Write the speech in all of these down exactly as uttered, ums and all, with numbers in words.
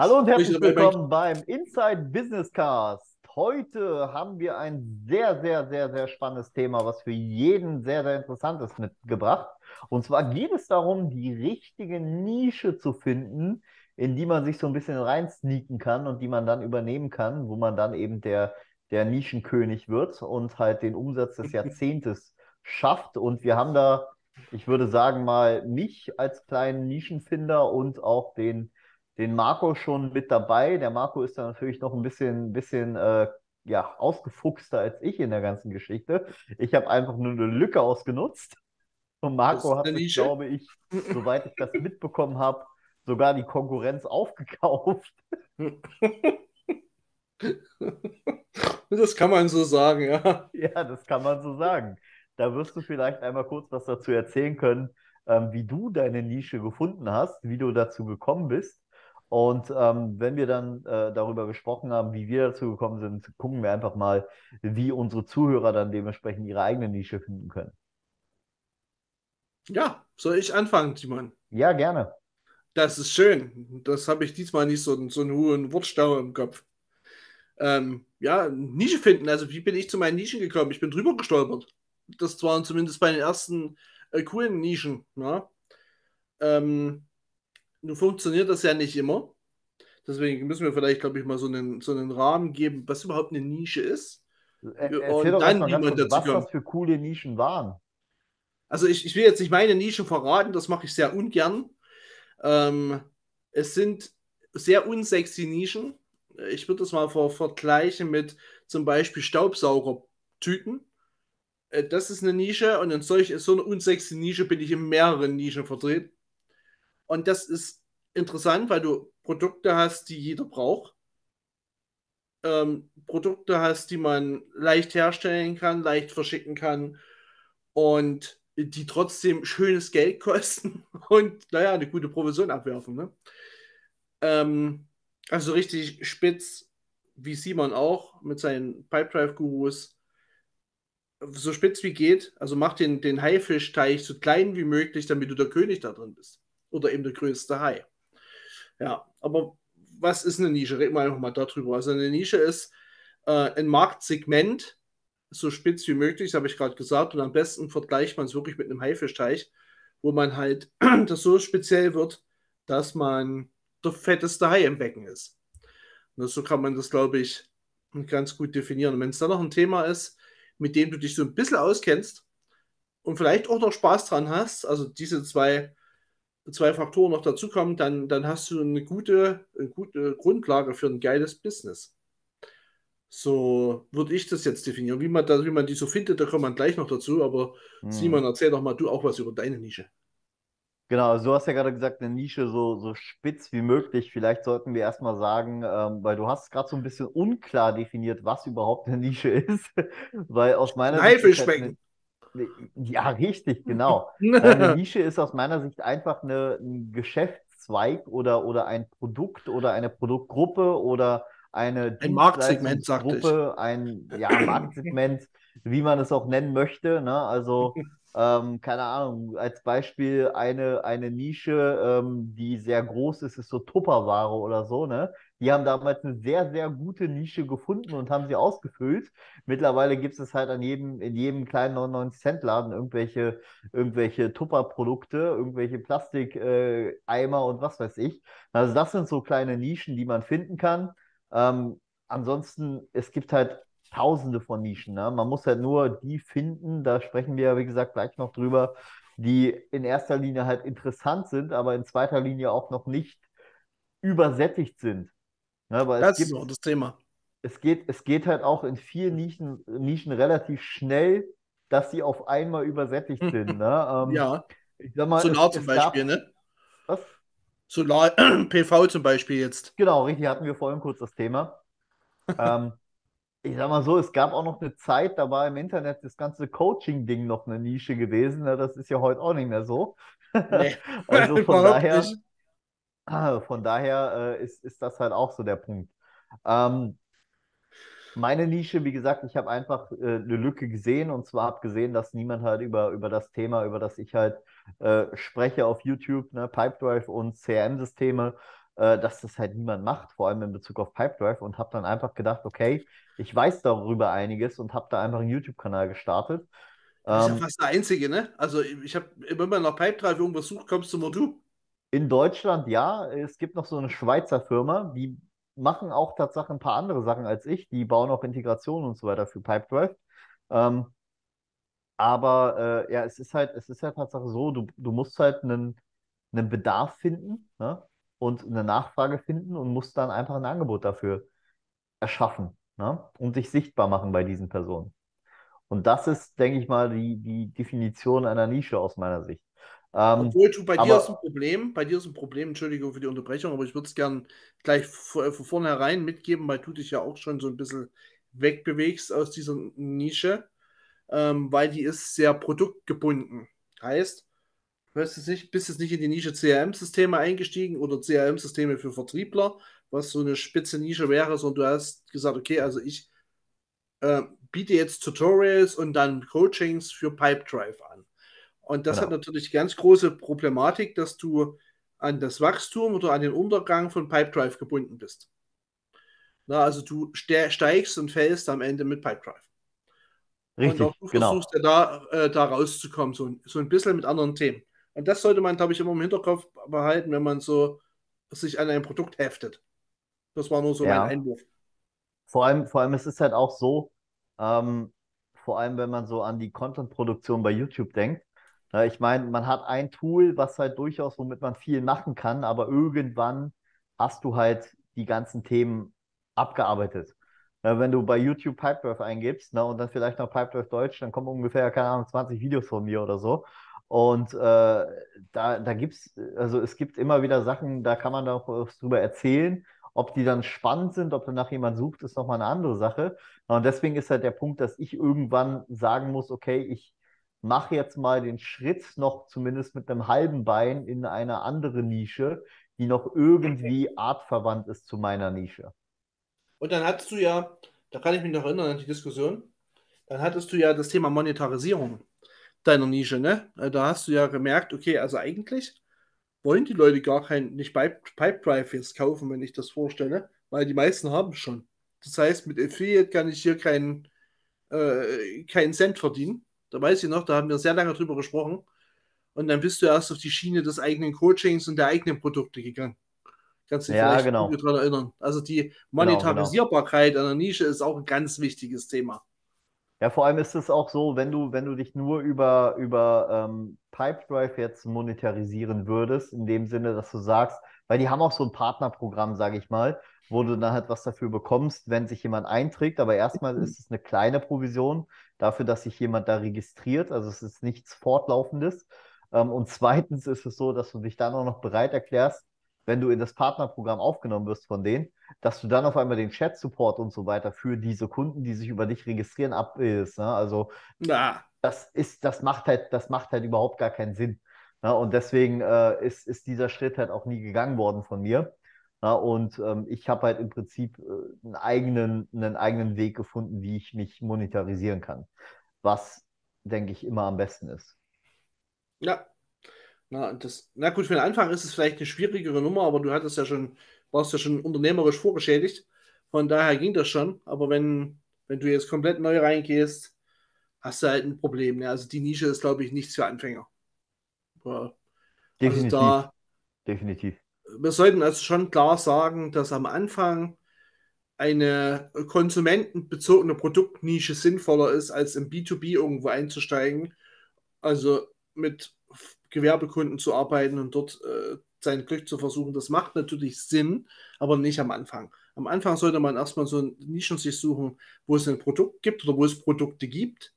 Hallo und Ich herzlich dabei mein, willkommen beim Inside Business Cast. Heute haben wir ein sehr, sehr, sehr, sehr spannendes Thema, was für jeden sehr, sehr interessant ist, mitgebracht. Und zwar geht es darum, die richtige Nische zu finden, in die man sich so ein bisschen reinsneaken kann und die man dann übernehmen kann, wo man dann eben der, der Nischenkönig wird und halt den Umsatz des Jahrzehntes schafft. Und wir haben da, ich würde sagen mal, mich als kleinen Nischenfinder und auch den den Marco schon mit dabei. Der Marco ist da natürlich noch ein bisschen, bisschen äh, ja, ausgefuchster als ich in der ganzen Geschichte. Ich habe einfach nur eine Lücke ausgenutzt und das Marco ist hat eine sich, Nische. glaube ich, soweit ich das mitbekommen habe, sogar die Konkurrenz aufgekauft. Das kann man so sagen, ja. Ja, das kann man so sagen. Da wirst du vielleicht einmal kurz was dazu erzählen können, ähm, wie du deine Nische gefunden hast, wie du dazu gekommen bist. Und ähm, wenn wir dann äh, darüber gesprochen haben, wie wir dazu gekommen sind, gucken wir einfach mal, wie unsere Zuhörer dann dementsprechend ihre eigene Nische finden können. Ja, soll ich anfangen, Timon? Ja, gerne. Das ist schön. Das habe ich diesmal nicht so, so einen hohen Wortstau im Kopf. Ähm, ja, Nische finden. Also, wie bin ich zu meinen Nischen gekommen? Ich bin drüber gestolpert. Das waren zumindest bei den ersten äh, coolen Nischen. Ja? Ähm, Nun funktioniert das ja nicht immer. Deswegen müssen wir vielleicht, glaube ich, mal so einen, so einen Rahmen geben, was überhaupt eine Nische ist. Er erzähl Und doch dann, erstmal wie ganz man kurz, dazu was kommt. das für coole Nischen waren. Also ich, ich will jetzt nicht meine Nische verraten, das mache ich sehr ungern. Ähm, Es sind sehr unsexy Nischen. Ich würde das mal ver vergleichen mit zum Beispiel Staubsaugertüten. Äh, Das ist eine Nische und in solch, so einer unsexy Nische bin ich in mehreren Nischen vertreten. Und das ist interessant, weil du Produkte hast, die jeder braucht. Ähm, Produkte hast, die man leicht herstellen kann, leicht verschicken kann und die trotzdem schönes Geld kosten und naja, eine gute Provision abwerfen. Ne? Ähm, also richtig spitz, wie Simon auch mit seinen Pipedrive-Gurus, so spitz wie geht. Also mach den, den Haifischteich so klein wie möglich, damit du der König da drin bist. Oder eben der größte Hai. Ja, aber was ist eine Nische? Reden wir einfach mal darüber. Also eine Nische ist äh, ein Marktsegment, so spitz wie möglich, das habe ich gerade gesagt. Und am besten vergleicht man es wirklich mit einem Haifischteich, wo man halt das so speziell wird, dass man der fetteste Hai im Becken ist. Und so kann man das, glaube ich, ganz gut definieren. Und wenn es dann noch ein Thema ist, mit dem du dich so ein bisschen auskennst und vielleicht auch noch Spaß dran hast, also diese zwei, zwei Faktoren noch dazukommen, dann, dann hast du eine gute, eine gute Grundlage für ein geiles Business. So würde ich das jetzt definieren. Wie man, da, wie man die so findet, da kommt man gleich noch dazu. Aber Hm. Simon, erzähl doch mal du auch was über deine Nische. Genau, also du hast ja gerade gesagt, eine Nische so, so spitz wie möglich. Vielleicht sollten wir erstmal sagen, ähm, weil du hast gerade so ein bisschen unklar definiert, was überhaupt eine Nische ist. Weil aus Ein meiner Sicht ist halt eine, Haifischbecken. eine ja, richtig, genau. Äh, Eine Nische ist aus meiner Sicht einfach eine, ein Geschäftszweig oder, oder ein Produkt oder eine Produktgruppe oder eine Ein Marktsegment, sagte ich. Dienstleistungsgruppe, ein ja, Marktsegment, wie man es auch nennen möchte. Ne? Also ähm, keine Ahnung, als Beispiel eine, eine Nische, ähm, die sehr groß ist, ist so Tupperware oder so, ne? Die haben damals eine sehr, sehr gute Nische gefunden und haben sie ausgefüllt. Mittlerweile gibt es halt an jedem, in jedem kleinen neunundneunzig-Cent-Laden irgendwelche, irgendwelche Tupper-Produkte, irgendwelche Plastikeimer äh, Eimer und was weiß ich. Also das sind so kleine Nischen, die man finden kann. Ähm, Ansonsten, es gibt halt tausende von Nischen. Ne? Man muss halt nur die finden, da sprechen wir ja, wie gesagt, gleich noch drüber, die in erster Linie halt interessant sind, aber in zweiter Linie auch noch nicht übersättigt sind. Ne? Weil es Das ist gibt, auch das Thema. es geht, es geht halt auch in vielen Nischen, Nischen relativ schnell, dass sie auf einmal übersättigt sind. Ne? Ähm, Ja, ich sag mal, es, Solar zum es Beispiel, gab, ne? was? Solar, P V zum Beispiel jetzt. Genau, richtig, hatten wir vorhin kurz das Thema. Ähm, Ich sag mal so, es gab auch noch eine Zeit, da war im Internet das ganze Coaching-Ding noch eine Nische gewesen. Ne? Das ist ja heute auch nicht mehr so. Nee, Also von überhaupt daher, nicht. von daher äh, ist, ist das halt auch so der Punkt. Ähm, Meine Nische, wie gesagt, ich habe einfach äh, eine Lücke gesehen und zwar habe gesehen, dass niemand halt über, über das Thema, über das ich halt äh, spreche auf YouTube, ne, Pipedrive und C R M-Systeme, äh, dass das halt niemand macht, vor allem in Bezug auf Pipedrive und habe dann einfach gedacht, okay, ich weiß darüber einiges und habe da einfach einen YouTube-Kanal gestartet. Du bist ja Ähm, fast der Einzige, ne? Also ich habe immer, wenn man nach Pipedrive irgendwas sucht, kommst du immer du. in Deutschland, ja, es gibt noch so eine Schweizer Firma, die machen auch tatsächlich ein paar andere Sachen als ich, die bauen auch Integration und so weiter für Pipedrive. Ähm, aber äh, ja, es ist halt, es ist halt Tatsache so, du, du musst halt einen, einen Bedarf finden, ne? Und eine Nachfrage finden und musst dann einfach ein Angebot dafür erschaffen, ne? Und dich sichtbar machen bei diesen Personen. Und das ist, denke ich mal, die, die Definition einer Nische aus meiner Sicht. Ähm, Obwohl du, bei dir ist ein aber Problem, bei dir ist ein Problem, Entschuldigung für die Unterbrechung, aber ich würde es gern gleich von von vornherein mitgeben, weil du dich ja auch schon so ein bisschen wegbewegst aus dieser Nische, ähm, weil die ist sehr produktgebunden. Heißt, du hast jetzt nicht, bist jetzt nicht in die Nische C R M-Systeme eingestiegen oder C R M-Systeme für Vertriebler, was so eine spitze Nische wäre, sondern du hast gesagt, okay, also ich äh, biete jetzt Tutorials und dann Coachings für Pipedrive an. Und das hat genau, natürlich ganz große Problematik, dass du an das Wachstum oder an den Untergang von Pipedrive gebunden bist. Na, also du ste steigst und fällst am Ende mit Pipedrive. Und auch richtig, du versuchst genau. ja da, äh, da rauszukommen, so, so ein bisschen mit anderen Themen. Und das sollte man, glaube ich, immer im Hinterkopf behalten, wenn man so sich an ein Produkt heftet. Das war nur so mein Ja. Einwurf. Vor allem, vor allem ist es halt auch so, ähm, vor allem wenn man so an die Content-Produktion bei YouTube denkt. Äh, ich meine, man hat ein Tool, was halt durchaus, womit man viel machen kann, aber irgendwann hast du halt die ganzen Themen abgearbeitet. Äh, wenn du bei YouTube Pipedrive eingibst, ne, und dann vielleicht noch Pipedrive Deutsch, dann kommen ungefähr, keine Ahnung, zwanzig Videos von mir oder so. Und äh, da, da gibt's, also es gibt immer wieder Sachen, da kann man auch was drüber erzählen. Ob die dann spannend sind, ob danach jemand sucht, ist nochmal eine andere Sache. Und deswegen ist halt der Punkt, dass ich irgendwann sagen muss, okay, ich mache jetzt mal den Schritt noch zumindest mit einem halben Bein in eine andere Nische, die noch irgendwie artverwandt ist zu meiner Nische. Und dann hattest du ja, da kann ich mich noch erinnern an die Diskussion, dann hattest du ja das Thema Monetarisierung deiner Nische, ne? Äh, Da hast du ja gemerkt, okay, also eigentlich wollen die Leute gar kein, nicht Pipe, Pipedrive jetzt kaufen, wenn ich das vorstelle, weil die meisten haben es schon. Das heißt, mit Affiliate kann ich hier keinen äh, keinen Cent verdienen. Da weiß ich noch, da haben wir sehr lange drüber gesprochen. Und dann bist du erst auf die Schiene des eigenen Coachings und der eigenen Produkte gegangen. Kannst du dich Ja, vielleicht genau. daran erinnern. Also die Genau, genau. Monetarisierbarkeit einer Nische ist auch ein ganz wichtiges Thema. Ja, vor allem ist es auch so, wenn du, wenn du dich nur über, über ähm, Pipedrive jetzt monetarisieren würdest, in dem Sinne, dass du sagst, weil die haben auch so ein Partnerprogramm, sage ich mal, wo du dann halt was dafür bekommst, wenn sich jemand einträgt. Aber erstmal ist es eine kleine Provision dafür, dass sich jemand da registriert. Also es ist nichts Fortlaufendes. Ähm, und zweitens ist es so, dass du dich dann auch noch bereit erklärst, wenn du in das Partnerprogramm aufgenommen wirst von denen, dass du dann auf einmal den Chat-Support und so weiter für diese Kunden, die sich über dich registrieren, abbildest. Ne? Also Na, das ist, das macht halt, das macht halt überhaupt gar keinen Sinn. Ne? Und deswegen äh, ist, ist dieser Schritt halt auch nie gegangen worden von mir. Ne? Und ähm, ich habe halt im Prinzip äh, einen eigenen, einen eigenen Weg gefunden, wie ich mich monetarisieren kann. Was, denke ich, immer am besten ist. ja, na, das, na gut, für den Anfang ist es vielleicht eine schwierigere Nummer, aber du hattest ja schon, warst ja schon unternehmerisch vorgeschädigt. Von daher ging das schon. Aber wenn, wenn du jetzt komplett neu reingehst, hast du halt ein Problem. Ne? Also die Nische ist, glaube ich, nichts für Anfänger. Ja. Also Definitiv, da, definitiv. wir sollten also schon klar sagen, dass am Anfang eine konsumentenbezogene Produktnische sinnvoller ist, als im B zwei B irgendwo einzusteigen, also mit Gewerbekunden zu arbeiten und dort äh, sein Glück zu versuchen. Das macht natürlich Sinn, aber nicht am Anfang. Am Anfang sollte man erstmal so Nischen sich suchen, wo es ein Produkt gibt oder wo es Produkte gibt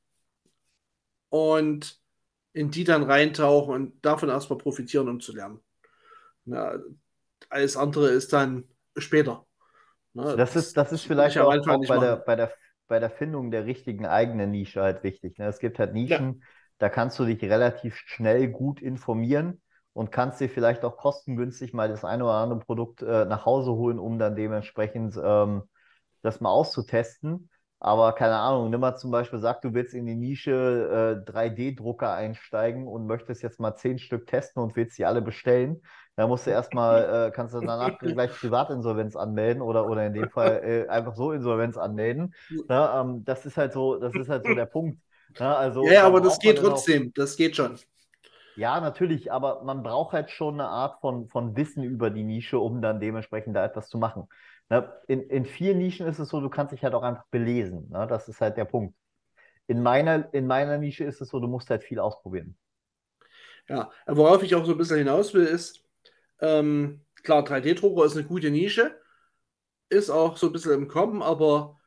und in die dann reintauchen und davon erstmal profitieren, um zu lernen. Ja, alles andere ist dann später. Ne? Das ist, Das, das das ist würde ich vielleicht am auch, Anfang auch nicht bei der, machen. bei der, bei der Findung der richtigen eigenen Nische halt wichtig. Ne? Es gibt halt Ja, Nischen, da kannst du dich relativ schnell gut informieren und kannst dir vielleicht auch kostengünstig mal das eine oder andere Produkt äh, nach Hause holen, um dann dementsprechend ähm, das mal auszutesten. Aber keine Ahnung, nimm mal zum Beispiel, sag, du willst in die Nische äh, drei D-Drucker einsteigen und möchtest jetzt mal zehn Stück testen und willst die alle bestellen. Da musst du erstmal, äh, kannst du danach gleich Privatinsolvenz anmelden oder, oder in dem Fall äh, einfach so Insolvenz anmelden. Na, ähm, das ist halt so, das ist halt so der Punkt. Na, Ja, also ja, da aber das braucht man geht dann auch. trotzdem. Das geht schon. Ja, natürlich, aber man braucht halt schon eine Art von, von Wissen über die Nische, um dann dementsprechend da etwas zu machen. Ne? In, in vielen Nischen ist es so, du kannst dich halt auch einfach belesen. Ne? Das ist halt der Punkt. In meiner, in meiner Nische ist es so, du musst halt viel ausprobieren. Ja, worauf ich auch so ein bisschen hinaus will, ist, ähm, klar, drei D-Drucker ist eine gute Nische, ist auch so ein bisschen im Kommen, aber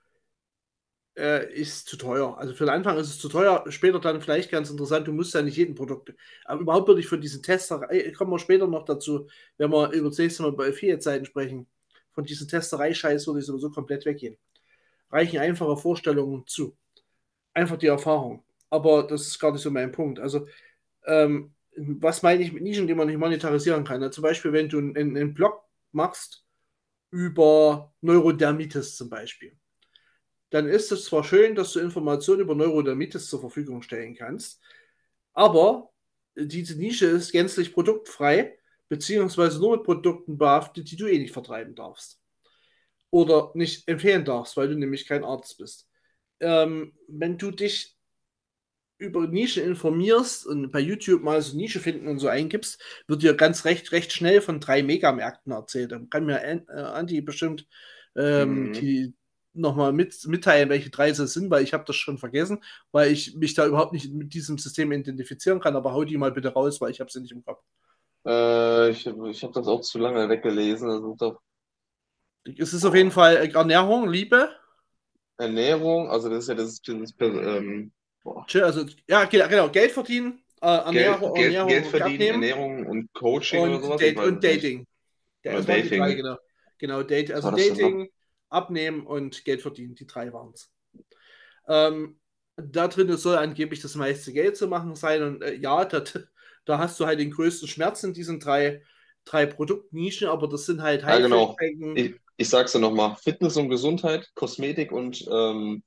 äh, ist zu teuer. Also für den Anfang ist es zu teuer, später dann vielleicht ganz interessant, du musst ja nicht jeden Produkt. Aber überhaupt würde ich von diesen Testerei, kommen wir später noch dazu, wenn wir über das nächste Mal bei Affiliate-Seiten sprechen, von diesen Testerei-Scheiß würde ich sowieso komplett weggehen. Reichen einfache Vorstellungen zu. Einfach die Erfahrung. Aber das ist gar nicht so mein Punkt. Also, ähm, was meine ich mit Nischen, die man nicht monetarisieren kann? Ja, zum Beispiel, wenn du einen, einen Blog machst über Neurodermitis zum Beispiel, dann ist es zwar schön, dass du Informationen über Neurodermitis zur Verfügung stellen kannst, aber diese Nische ist gänzlich produktfrei, beziehungsweise nur mit Produkten behaftet, die du eh nicht vertreiben darfst. Oder nicht empfehlen darfst, weil du nämlich kein Arzt bist. Ähm, wenn du dich über Nischen informierst und bei YouTube mal so Nische finden und so eingibst, wird dir ganz recht, recht schnell von drei Megamärkten erzählt. Dann kann mir An- äh, Andi bestimmt ähm, Mhm. die nochmal mit, mitteilen, welche drei es sind, weil ich habe das schon vergessen, weil ich mich da überhaupt nicht mit diesem System identifizieren kann, aber hau die mal bitte raus, weil ich habe sie nicht im Kopf. Äh, ich ich habe das auch zu lange weggelesen. Das ist doch Es ist auf jeden boah, Fall Ernährung, Liebe, Ernährung, also das ist ja das, das, das ähm, boah, also ja, genau, Geld verdienen, äh, Geld, Ernährung, Geld, Geld Ernährung, verdienen, abnehmen Ernährung und Coaching oder und, sowas. Ich Date, weiß und es nicht. Dating. Ja, Oder es waren die drei, Dating. genau. Genau, Date, Was also war das denn noch? Dating, Abnehmen und Geld verdienen, die drei waren es. Ähm, da drin soll angeblich das meiste Geld zu machen sein. Und äh, ja, dat, da hast du halt den größten Schmerz in diesen drei, drei Produktnischen, aber das sind halt Ja, genau. Haifischbecken. Ich, ich sag's dir nochmal. Fitness und Gesundheit, Kosmetik und ähm,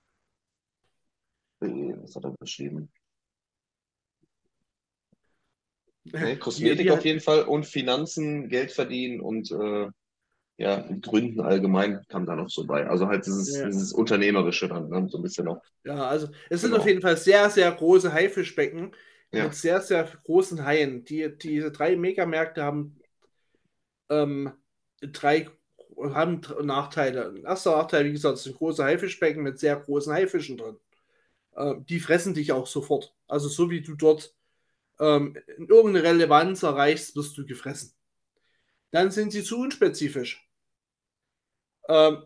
äh, was hat er beschrieben? Nee, Wie, Kosmetik wie auf hat, jeden Fall und Finanzen, Geld verdienen und äh, ja, Gründen allgemein kam da noch so bei. Also halt dieses, ja, dieses Unternehmerische dann, ne? So ein bisschen noch. ja, also es sind auf Genau. jeden Fall sehr, sehr große Haifischbecken Ja, mit sehr, sehr großen Haien. Die, diese drei Megamärkte haben ähm, drei haben Nachteile. Erster Nachteil, wie gesagt, es sind große Haifischbecken mit sehr großen Haifischen drin. Äh, die fressen dich auch sofort. Also so wie du dort ähm, irgendeine Relevanz erreichst, wirst du gefressen. Dann sind sie zu unspezifisch. Ähm,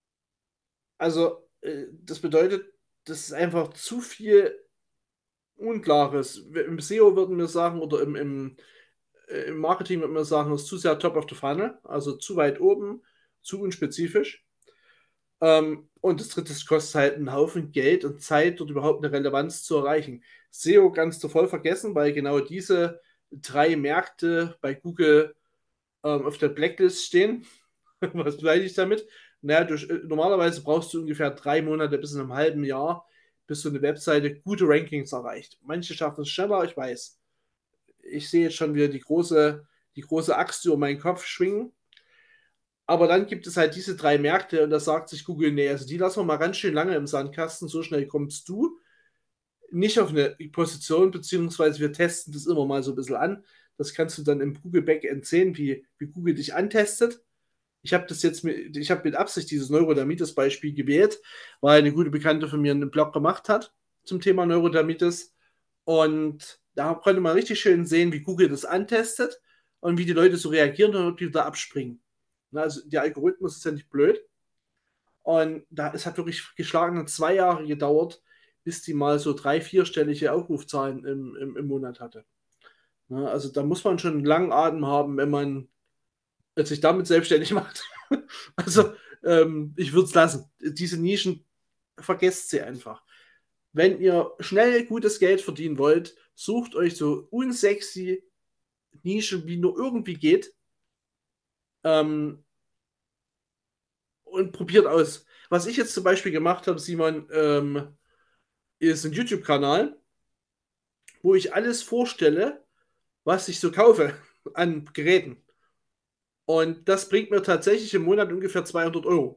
also äh, das bedeutet, das ist einfach zu viel Unklares. Im S E O würden wir sagen, oder im, im, äh, im Marketing würden wir sagen, das ist zu sehr top of the funnel, also zu weit oben, zu unspezifisch. Ähm, und das dritte, es kostet halt einen Haufen Geld und Zeit, dort überhaupt eine Relevanz zu erreichen. S E O ganz zu voll vergessen, weil genau diese drei Märkte bei Google ähm, auf der Blacklist stehen. Was meine ich damit? Naja, du, normalerweise brauchst du ungefähr drei Monate bis in einem halben Jahr, bis so eine Webseite gute Rankings erreicht. Manche schaffen es schneller, ich weiß. Ich sehe jetzt schon wieder die große, die große Axt über meinen Kopf schwingen. Aber dann gibt es halt diese drei Märkte und da sagt sich Google, nee, also die lassen wir mal ganz schön lange im Sandkasten, so schnell kommst du nicht auf eine Position, beziehungsweise wir testen das immer mal so ein bisschen an. Das kannst du dann im Google Backend sehen, wie, wie Google dich antestet. Ich habe das jetzt mit, ich habe mit Absicht dieses Neurodermitis-Beispiel gewählt, weil eine gute Bekannte von mir einen Blog gemacht hat zum Thema Neurodermitis. Und da konnte man richtig schön sehen, wie Google das antestet und wie die Leute so reagieren und ob die da abspringen. Also der Algorithmus ist ja nicht blöd. Und da, es hat wirklich geschlagene zwei Jahre gedauert, bis die mal so drei, vierstellige Aufrufzahlen im, im, im Monat hatte. Ja, also da muss man schon einen langen Atem haben, wenn man sich damit selbstständig macht. Also ähm, ich würde es lassen. Diese Nischen, vergesst sie einfach. Wenn ihr schnell gutes Geld verdienen wollt, sucht euch so unsexy Nischen, wie nur irgendwie geht, ähm, und probiert aus. was ich jetzt zum Beispiel gemacht habe, Simon, ähm, ist ein YouTube-Kanal, wo ich alles vorstelle, was ich so kaufe an Geräten. Und das bringt mir tatsächlich im Monat ungefähr zweihundert Euro.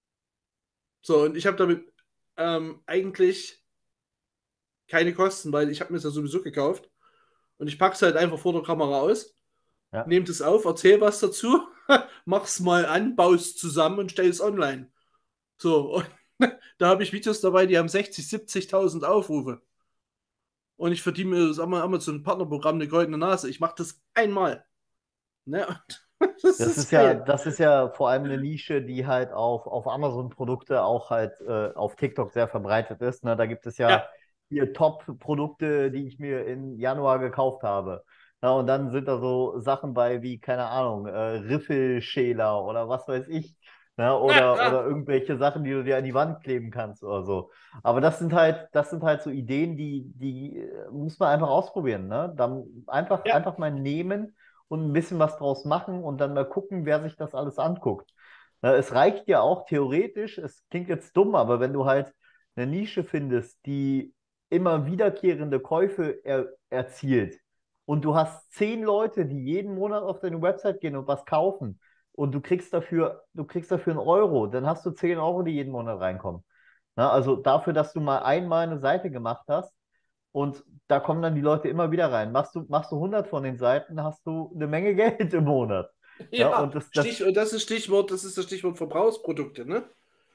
So, und ich habe damit ähm, eigentlich keine Kosten, weil ich habe mir das ja sowieso gekauft. Und ich packe es halt einfach vor der Kamera aus, Ja. nehme das auf, erzähle was dazu, mach's mal an, baue es zusammen und stelle es online. So, und da habe ich Videos dabei, die haben sechzig, siebzigtausend Aufrufe. Und ich verdiene mir das Amazon-Partnerprogramm eine goldene Nase. Ich mache das einmal. Ne? Und das Das ist ist ja, geil. das ist ja vor allem eine Nische, die halt auf, auf Amazon-Produkte auch halt äh, auf TikTok sehr verbreitet ist. Ne? Da gibt es ja Ja, hier Top-Produkte, die ich mir im Januar gekauft habe. Ja, und dann sind da so Sachen bei wie, keine Ahnung, äh, Riffelschäler oder was weiß ich. Ne? ja, Oder, ja, oder irgendwelche Sachen, die du dir an die Wand kleben kannst oder so. Aber das sind halt, das sind halt so Ideen, die, die äh, muss man einfach ausprobieren. Ne? Dann einfach, ja, einfach mal nehmen und ein bisschen was draus machen und dann mal gucken, wer sich das alles anguckt. Na, es reicht ja auch theoretisch, es klingt jetzt dumm, aber wenn du halt eine Nische findest, die immer wiederkehrende Käufe er erzielt und du hast zehn Leute, die jeden Monat auf deine Website gehen und was kaufen und du kriegst dafür, du kriegst dafür einen Euro, dann hast du zehn Euro, die jeden Monat reinkommen. Na, also dafür, dass du mal einmal eine Seite gemacht hast, und da kommen dann die Leute immer wieder rein. Machst du, machst du hundert von den Seiten, hast du eine Menge Geld im Monat. Ja, ja. und das, das, Stich, und das ist Stichwort, das ist das Stichwort Verbrauchsprodukte, ne?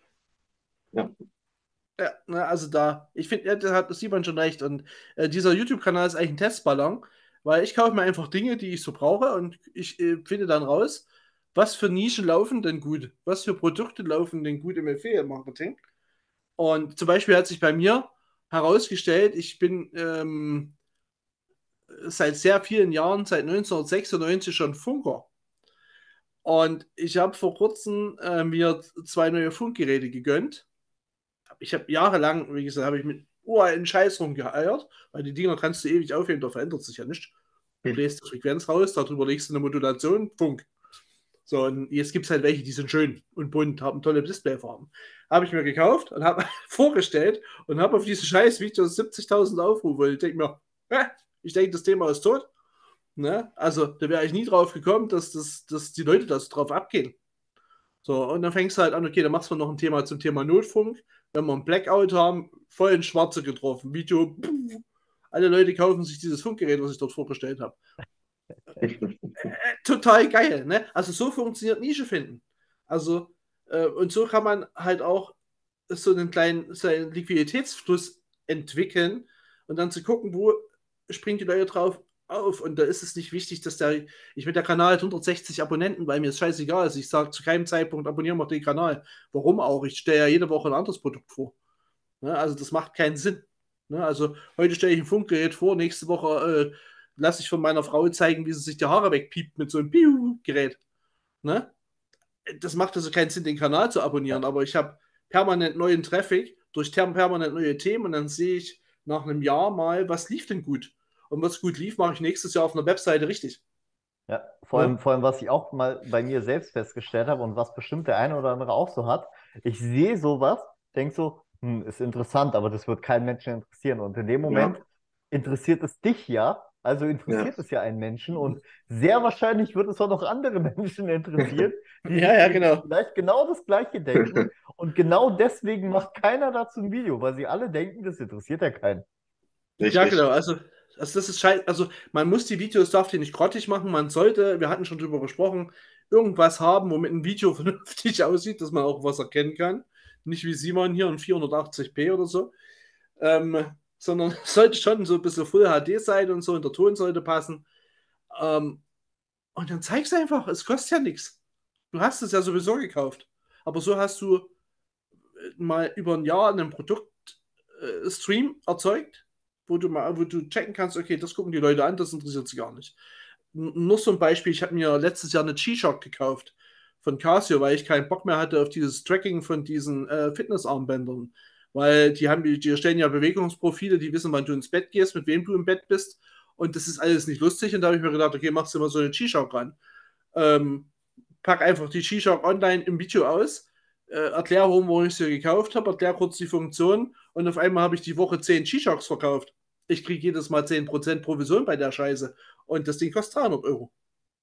Ja. Ja, ne, also da, ich finde, ja, da hat Simon schon recht. Und äh, dieser YouTube-Kanal ist eigentlich ein Testballon, weil ich kaufe mir einfach Dinge, die ich so brauche und ich äh, finde dann raus, was für Nischen laufen denn gut, was für Produkte laufen denn gut im Affiliate-Marketing. Und zum Beispiel hat sich bei mir herausgestellt, ich bin ähm, seit sehr vielen Jahren, seit neunzehnhundertsechsundneunzig schon Funker. Und ich habe vor kurzem äh, mir zwei neue Funkgeräte gegönnt. Ich habe jahrelang, wie gesagt, habe ich mit uralten Scheiß rumgeeiert, weil die Dinger kannst du ewig aufheben, da verändert sich ja nicht. Du bläst die Frequenz raus, darüber legst du eine Modulation, Funk. So, und jetzt gibt es halt welche, die sind schön und bunt, haben tolle Displayfarben. Habe ich mir gekauft und habe vorgestellt und habe auf diese scheiß Videos siebzigtausend Aufrufe. Und ich denke mir, hä? Ich denke, das Thema ist tot. Ne? Also, da wäre ich nie drauf gekommen, dass, das, dass die Leute das drauf abgehen. So, und dann fängst du halt an, okay, dann machst du noch ein Thema zum Thema Notfunk. Wenn wir einen Blackout haben, voll ins Schwarze getroffen. Video, pff, alle Leute kaufen sich dieses Funkgerät, was ich dort vorgestellt habe. Äh, total geil, ne? Also so funktioniert Nische finden. Also, äh, und so kann man halt auch so einen kleinen so einen Liquiditätsfluss entwickeln und dann zu gucken, wo springen die Leute drauf auf. Und da ist es nicht wichtig, dass der, ich mit der Kanal hat hundertsechzig Abonnenten, weil mir ist scheißegal. Also ich sage zu keinem Zeitpunkt, abonnieren wir den Kanal. Warum auch? Ich stelle ja jede Woche ein anderes Produkt vor. Ne? Also das macht keinen Sinn. Ne? Also heute stelle ich ein Funkgerät vor, nächste Woche äh, lasse ich von meiner Frau zeigen, wie sie sich die Haare wegpiept mit so einem Piu-Gerät. Ne? Das macht also keinen Sinn, den Kanal zu abonnieren, ja. aber ich habe permanent neuen Traffic durch permanent neue Themen und dann sehe ich nach einem Jahr mal, was lief denn gut. Und was gut lief, mache ich nächstes Jahr auf einer Webseite richtig. Ja, vor allem, Ne? vor allem, was ich auch mal bei mir selbst festgestellt habe und was bestimmt der eine oder andere auch so hat, ich sehe sowas, denke so, hm, ist interessant, aber das wird keinen Menschen interessieren. Und in dem Ja, Moment interessiert es dich ja, also ja. interessiert es ja einen Menschen und sehr wahrscheinlich wird es auch noch andere Menschen interessieren, die Ja, sich ja, eben genau. vielleicht genau das Gleiche denken. Und genau deswegen macht keiner dazu ein Video, weil sie alle denken, das interessiert ja keinen. Ja, Richtig. genau. Also, also das ist scheiße. Also, man muss die Videos, darf die nicht grottig machen. Man sollte, wir hatten schon drüber gesprochen, irgendwas haben, womit ein Video vernünftig aussieht, dass man auch was erkennen kann. Nicht wie Simon hier in vierhundertachtzig p oder so. Ähm, sondern es sollte schon so ein bisschen Full H D sein und so, und der Ton sollte passen. Ähm, und dann zeig's einfach, es kostet ja nichts. Du hast es ja sowieso gekauft. Aber so hast du mal über ein Jahr einen Produktstream äh, erzeugt, wo du mal, wo du checken kannst, okay, das gucken die Leute an, das interessiert sie gar nicht. N nur so ein Beispiel, ich habe mir letztes Jahr eine G-Shock gekauft von Casio, weil ich keinen Bock mehr hatte auf dieses Tracking von diesen äh, Fitnessarmbändern. Weil die haben, die stellen ja Bewegungsprofile, die wissen, wann du ins Bett gehst, mit wem du im Bett bist. Und das ist alles nicht lustig. Und da habe ich mir gedacht, okay, machst du mal so eine G-Shock ran. Ähm, pack einfach die G-Shock online im Video aus, äh, erklär, warum ich sie gekauft habe, erklär kurz die Funktion und auf einmal habe ich die Woche zehn G-Shocks verkauft. Ich kriege jedes Mal zehn Prozent Provision bei der Scheiße und das Ding kostet dreihundert Euro.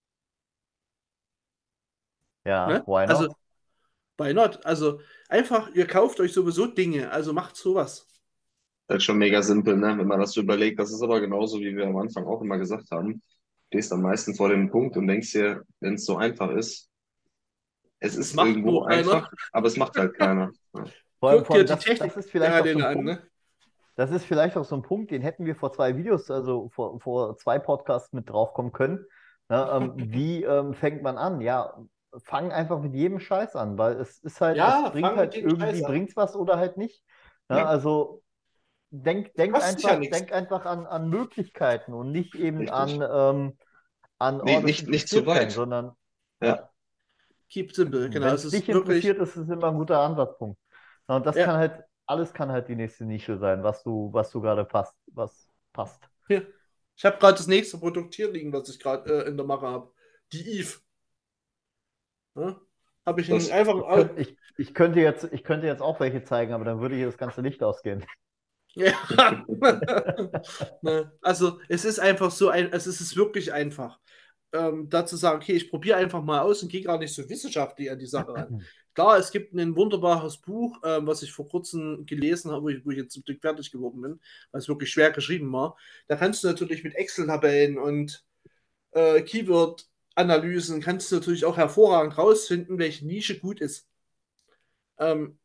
Ja, Ne? why Also, not? why not? Also, einfach, ihr kauft euch sowieso Dinge, also macht sowas. Das ist schon mega simpel, ne? Wenn man das so überlegt. Das ist aber genauso, wie wir am Anfang auch immer gesagt haben. Du stehst am meisten vor dem Punkt und denkst dir, wenn es so einfach ist, es Es ist macht irgendwo nur einer. einfach, aber es macht halt keiner. Ja. Vor allem, Guck vor dir allem die das, Technik das ist der vielleicht auch so ein Arena an, Punkt, ne? das ist vielleicht auch so ein Punkt, den hätten wir vor zwei Videos, also vor, vor zwei Podcasts mit draufkommen können. Ne, ähm, wie ähm, fängt man an? Ja, fang einfach mit jedem Scheiß an, weil es ist halt, es Ja, bringt fang mit halt dem irgendwie, Scheiß an. bringt's was oder halt nicht. Ne, Ja, also denk, Es denk kostet dich ja einfach, nichts. denk einfach an, an Möglichkeiten und nicht eben richtig. an, ähm, an, oh, Nee, das nicht, nicht zu interessiert keinen, weit. sondern Ja, ja, Keep simple, genau. wenn Es es ist dich wirklich, interessiert, ist es immer ein guter Ansatzpunkt. Ja, und das kann ja, halt, alles kann halt die nächste Nische sein, was du, was du gerade passt, was passt. hier. Ich habe gerade das nächste Produkt hier liegen, was ich gerade äh, in der Mache habe. Die Eve. Ne? Habe ich einen das, einfach. Ich könnte, ich, ich könnte jetzt, ich könnte jetzt auch welche zeigen, aber dann würde hier das ganze Licht ausgehen. Ja. Ne? Also, es ist einfach so ein, es ist wirklich einfach. Ähm, dazu sagen, okay, ich probiere einfach mal aus und gehe gar nicht so wissenschaftlich an die Sache ran. Klar, es gibt ein wunderbares Buch, ähm, was ich vor kurzem gelesen habe, wo ich, wo ich jetzt zum Glück fertig geworden bin, weil es wirklich schwer geschrieben war. Da kannst du natürlich mit Excel-Tabellen und äh, Keyword-Analysen kannst du natürlich auch hervorragend rausfinden, welche Nische gut ist. Ähm,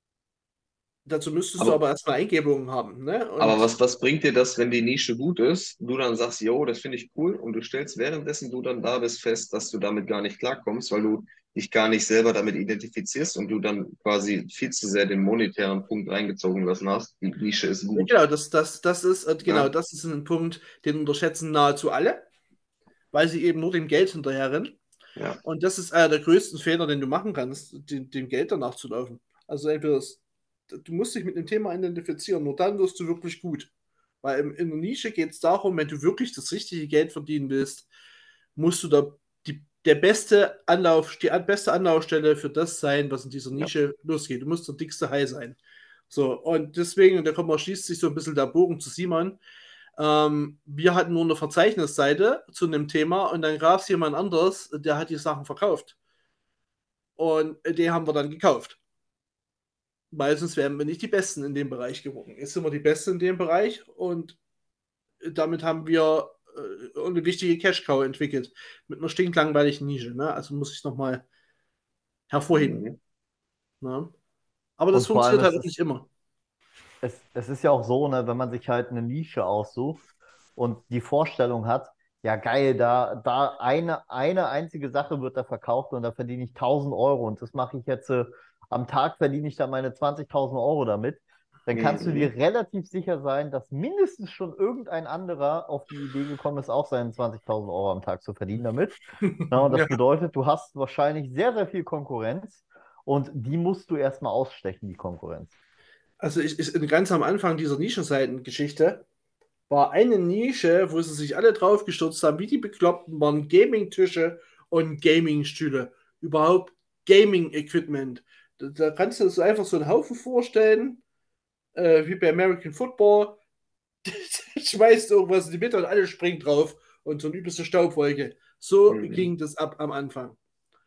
dazu müsstest du aber aber erstmal Eingebungen haben, ne? Aber Und was, was bringt dir das, wenn die Nische gut ist, du dann sagst, yo, das finde ich cool und du stellst währenddessen du dann da bist fest, dass du damit gar nicht klarkommst, weil du dich gar nicht selber damit identifizierst und du dann quasi viel zu sehr den monetären Punkt reingezogen lassen hast. Die Nische ist ja, gut. genau, das, das, das ist, äh, genau, Ja, das ist ein Punkt, den unterschätzen nahezu alle, weil sie eben nur dem Geld hinterherrennen. ja. Und das ist einer der größten Fehler, den du machen kannst, dem, dem Geld danach zu laufen. Also entweder das, du musst dich mit dem Thema identifizieren, nur dann wirst du wirklich gut. Weil im, in der Nische geht es darum, wenn du wirklich das richtige Geld verdienen willst, musst du da die, der beste Anlauf, die beste Anlaufstelle für das sein, was in dieser Ja. Nische losgeht. Du musst der dickste Hai sein. So, und deswegen, und da kommt man, schließt sich so ein bisschen der Bogen zu Simon. Ähm, wir hatten nur eine Verzeichnisseite zu einem Thema und dann gab es jemand anderes, der hat die Sachen verkauft. Und den haben wir dann gekauft. Weil sonst wären wir nicht die Besten in dem Bereich geworden. Jetzt sind wir die Besten in dem Bereich und damit haben wir äh, eine wichtige Cash-Cow entwickelt. Mit einer stinklangweiligen Nische. Ne? Also muss ich nochmal hervorheben. Mhm. Ne? Aber das Und vor allem funktioniert ist halt auch nicht es, immer. es, es ist ja auch so, ne, wenn man sich halt eine Nische aussucht und die Vorstellung hat, ja geil, da, da eine, eine einzige Sache wird da verkauft und da verdiene ich tausend Euro und das mache ich jetzt, äh, am Tag verdiene ich da meine zwanzigtausend Euro damit, dann kannst du dir Mhm. relativ sicher sein, dass mindestens schon irgendein anderer auf die Idee gekommen ist, auch seine zwanzigtausend Euro am Tag zu verdienen damit. Ja, und Ja. das bedeutet, du hast wahrscheinlich sehr, sehr viel Konkurrenz und die musst du erstmal ausstechen, die Konkurrenz. Also ich, ich, ganz am Anfang dieser Nischenseiten-Geschichte war eine Nische, wo sie sich alle drauf gestürzt haben, wie die Bekloppten, waren Gaming-Tische und Gaming-Stühle. Überhaupt Gaming-Equipment. Da, da kannst du dir so einfach so einen Haufen vorstellen, äh, wie bei American Football. Schmeißt irgendwas in die Mitte und alle springen drauf und so eine übelste Staubwolke. So Mhm. ging das ab am Anfang.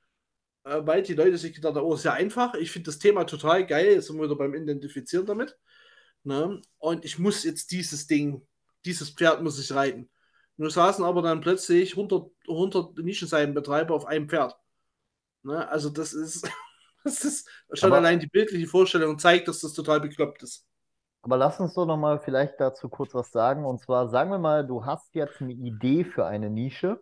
Äh, weil die Leute sich gedacht haben, oh, ist ja einfach. Ich finde das Thema total geil. Jetzt sind wir wieder beim Identifizieren damit. Ne? Und ich muss jetzt dieses Ding, dieses Pferd muss ich reiten. Nur saßen aber dann plötzlich hundert, hundert Nischenseitenbetreiber auf einem Pferd. Ne? Also das ist, das ist schon allein Aber die bildliche Vorstellung zeigt, dass das total bekloppt ist. Aber lass uns doch noch mal vielleicht dazu kurz was sagen. Und zwar sagen wir mal, du hast jetzt eine Idee für eine Nische.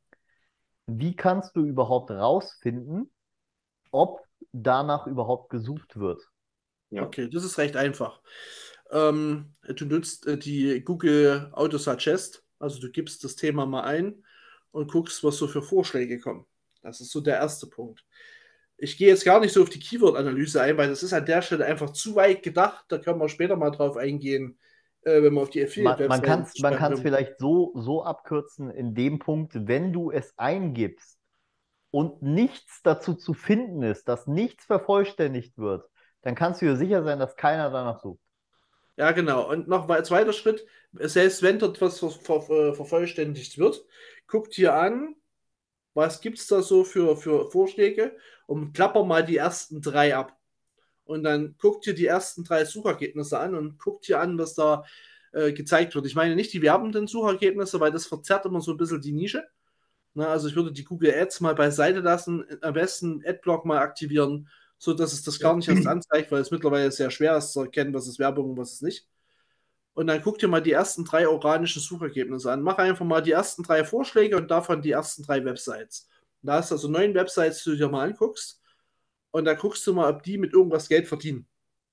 Wie kannst du überhaupt rausfinden, ob danach überhaupt gesucht wird? Ja. Okay, das ist recht einfach. Ähm, du nutzt äh, die Google Auto Suggest, also du gibst das Thema mal ein und guckst, was so für Vorschläge kommen. Das ist so der erste Punkt. Ich gehe jetzt gar nicht so auf die Keyword-Analyse ein, weil das ist an der Stelle einfach zu weit gedacht. Da können wir später mal drauf eingehen, äh, wenn wir auf die Man, man kann Affiliate-Webseiten es zu man sprechen kann's kommen. vielleicht so, so abkürzen, in dem Punkt, wenn du es eingibst, und nichts dazu zu finden ist, dass nichts vervollständigt wird, dann kannst du dir sicher sein, dass keiner danach sucht. Ja, genau. Und noch ein zweiter Schritt, selbst wenn dort was ver ver äh, vervollständigt wird, guckt dir an, was gibt es da so für, für Vorschläge und klapper mal die ersten drei ab. Und dann guckt dir die ersten drei Suchergebnisse an und guckt dir an, was da äh, gezeigt wird. Ich meine nicht die werbenden Suchergebnisse, weil das verzerrt immer so ein bisschen die Nische. Na, also ich würde die Google Ads mal beiseite lassen, am besten Adblock mal aktivieren, so dass es das gar nicht erst anzeigt, weil es mittlerweile sehr schwer ist zu erkennen, was ist Werbung und was ist nicht. Und dann guck dir mal die ersten drei organischen Suchergebnisse an. Mach einfach mal die ersten drei Vorschläge und davon die ersten drei Websites. Da hast du also neun Websites, die du dir mal anguckst. Und da guckst du mal, ob die mit irgendwas Geld verdienen.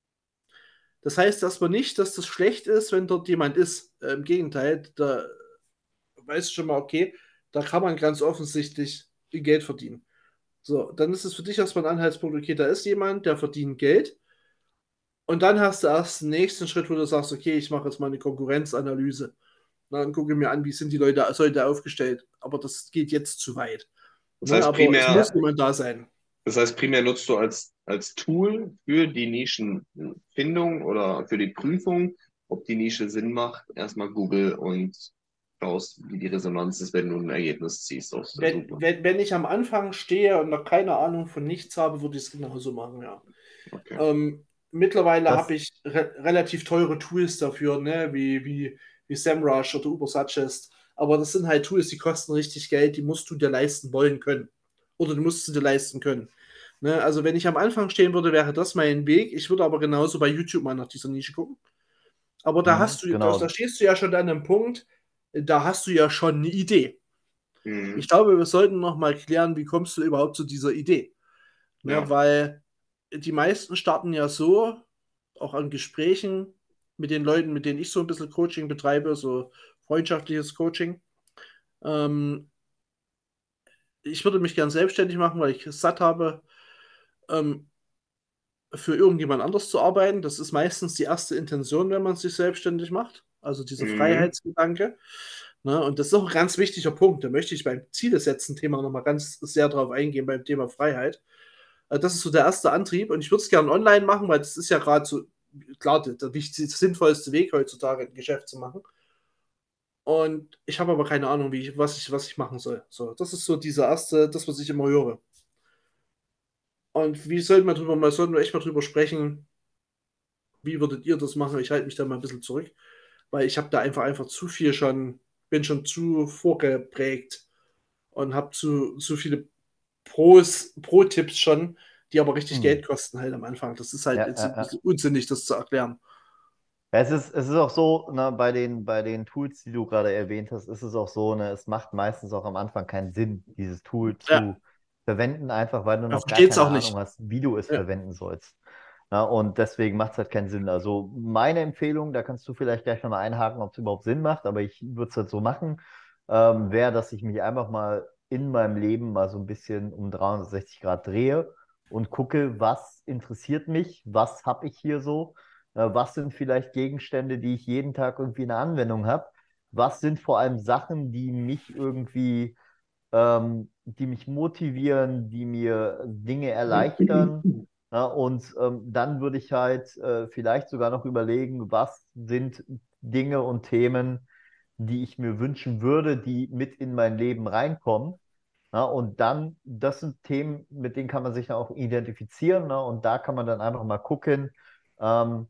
Das heißt erstmal nicht, dass das schlecht ist, wenn dort jemand ist. Äh, Im Gegenteil, da weißt du schon mal, okay, da kann man ganz offensichtlich Geld verdienen. So, dann ist es für dich erstmal ein Anhaltspunkt, okay, da ist jemand, der verdient Geld. Und dann hast du erst den nächsten Schritt, wo du sagst, okay, ich mache jetzt mal eine Konkurrenzanalyse. Dann gucke mir an, wie sind die Leute, Leute aufgestellt. Aber das geht jetzt zu weit. Das Ne? heißt Aber es muss primär, Ja, jemand da sein. das heißt primär nutzt du als, als Tool für die Nischenfindung oder für die Prüfung, ob die Nische Sinn macht, erstmal Google und schaust, wie die Resonanz ist, wenn du ein Ergebnis ziehst aus der Wenn, Suche. wenn, wenn ich am Anfang stehe und noch keine Ahnung von nichts habe, würde ich es genauso machen, ja. Okay. Ähm, mittlerweile habe das, ich re relativ teure Tools dafür, ne? wie, wie, wie SEMrush oder Ubersuggest. Aber das sind halt Tools, die kosten richtig Geld, die musst du dir leisten wollen können. Oder du musst sie dir leisten können. Ne? Also wenn ich am Anfang stehen würde, wäre das mein Weg. Ich würde aber genauso bei YouTube mal nach dieser Nische gucken. Aber da mhm, hast du, da, da genau, stehst du ja schon an einem Punkt, da hast du ja schon eine Idee. Ich Mhm. glaube, wir sollten noch mal klären, wie kommst du überhaupt zu dieser Idee? Ne, Ja. weil die meisten starten ja so, auch an Gesprächen mit den Leuten, mit denen ich so ein bisschen Coaching betreibe, so freundschaftliches Coaching. Ähm, Ich würde mich gern selbstständig machen, weil ich es satt habe, ähm, für irgendjemand anders zu arbeiten. Das ist meistens die erste Intention, wenn man sich selbstständig macht. Also dieser Mhm. Freiheitsgedanke. Ne, und das ist auch ein ganz wichtiger Punkt. Da möchte ich beim Ziele setzen Thema nochmal ganz sehr drauf eingehen, beim Thema Freiheit. Äh, Das ist so der erste Antrieb. Und ich würde es gerne online machen, weil das ist ja gerade so, klar, der, der wichtigste, sinnvollste Weg heutzutage, ein Geschäft zu machen. Und ich habe aber keine Ahnung, wie ich, was ich, was ich machen soll. So, das ist so dieser erste, das, was ich immer höre. Und wie sollten wir drüber, mal sollten wir echt mal drüber sprechen, wie würdet ihr das machen? Ich halte mich da mal ein bisschen zurück, weil ich habe da einfach einfach zu viel schon, bin schon zu vorgeprägt und habe zu, zu viele Pros, Pro-Tipps schon, die aber richtig mhm, Geld kosten halt am Anfang. Das ist halt ja, jetzt ja, ein ja. bisschen unsinnig, das zu erklären. Ja, Es ist, es ist auch so, ne, bei den, bei den Tools, die du gerade erwähnt hast, ist es auch so, ne, es macht meistens auch am Anfang keinen Sinn, dieses Tool Ja, zu verwenden, einfach weil du er noch gar versteht es keine auch Ahnung nicht. hast, wie du es Ja, verwenden sollst. Ja, und deswegen macht es halt keinen Sinn. Also meine Empfehlung, da kannst du vielleicht gleich nochmal einhaken, ob es überhaupt Sinn macht, aber ich würde es halt so machen, ähm, wäre, dass ich mich einfach mal in meinem Leben mal so ein bisschen um dreihundertsechzig Grad drehe und gucke, was interessiert mich, was habe ich hier so. Äh, Was sind vielleicht Gegenstände, die ich jeden Tag irgendwie in der Anwendung habe? Was sind vor allem Sachen, die mich irgendwie, ähm, die mich motivieren, die mir Dinge erleichtern? Ja, und ähm, dann würde ich halt äh, vielleicht sogar noch überlegen, was sind Dinge und Themen, die ich mir wünschen würde, die mit in mein Leben reinkommen. Ja, und dann, das sind Themen, mit denen kann man sich dann auch identifizieren. Ne? Und da kann man dann einfach mal gucken, ähm,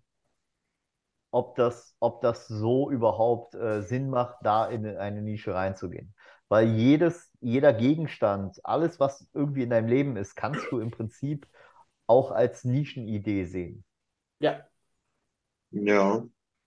ob das, ob das so überhaupt äh, Sinn macht, da in eine Nische reinzugehen. Weil jedes, jeder Gegenstand, alles, was irgendwie in deinem Leben ist, kannst du im Prinzip auch als Nischenidee sehen. ja. Ja.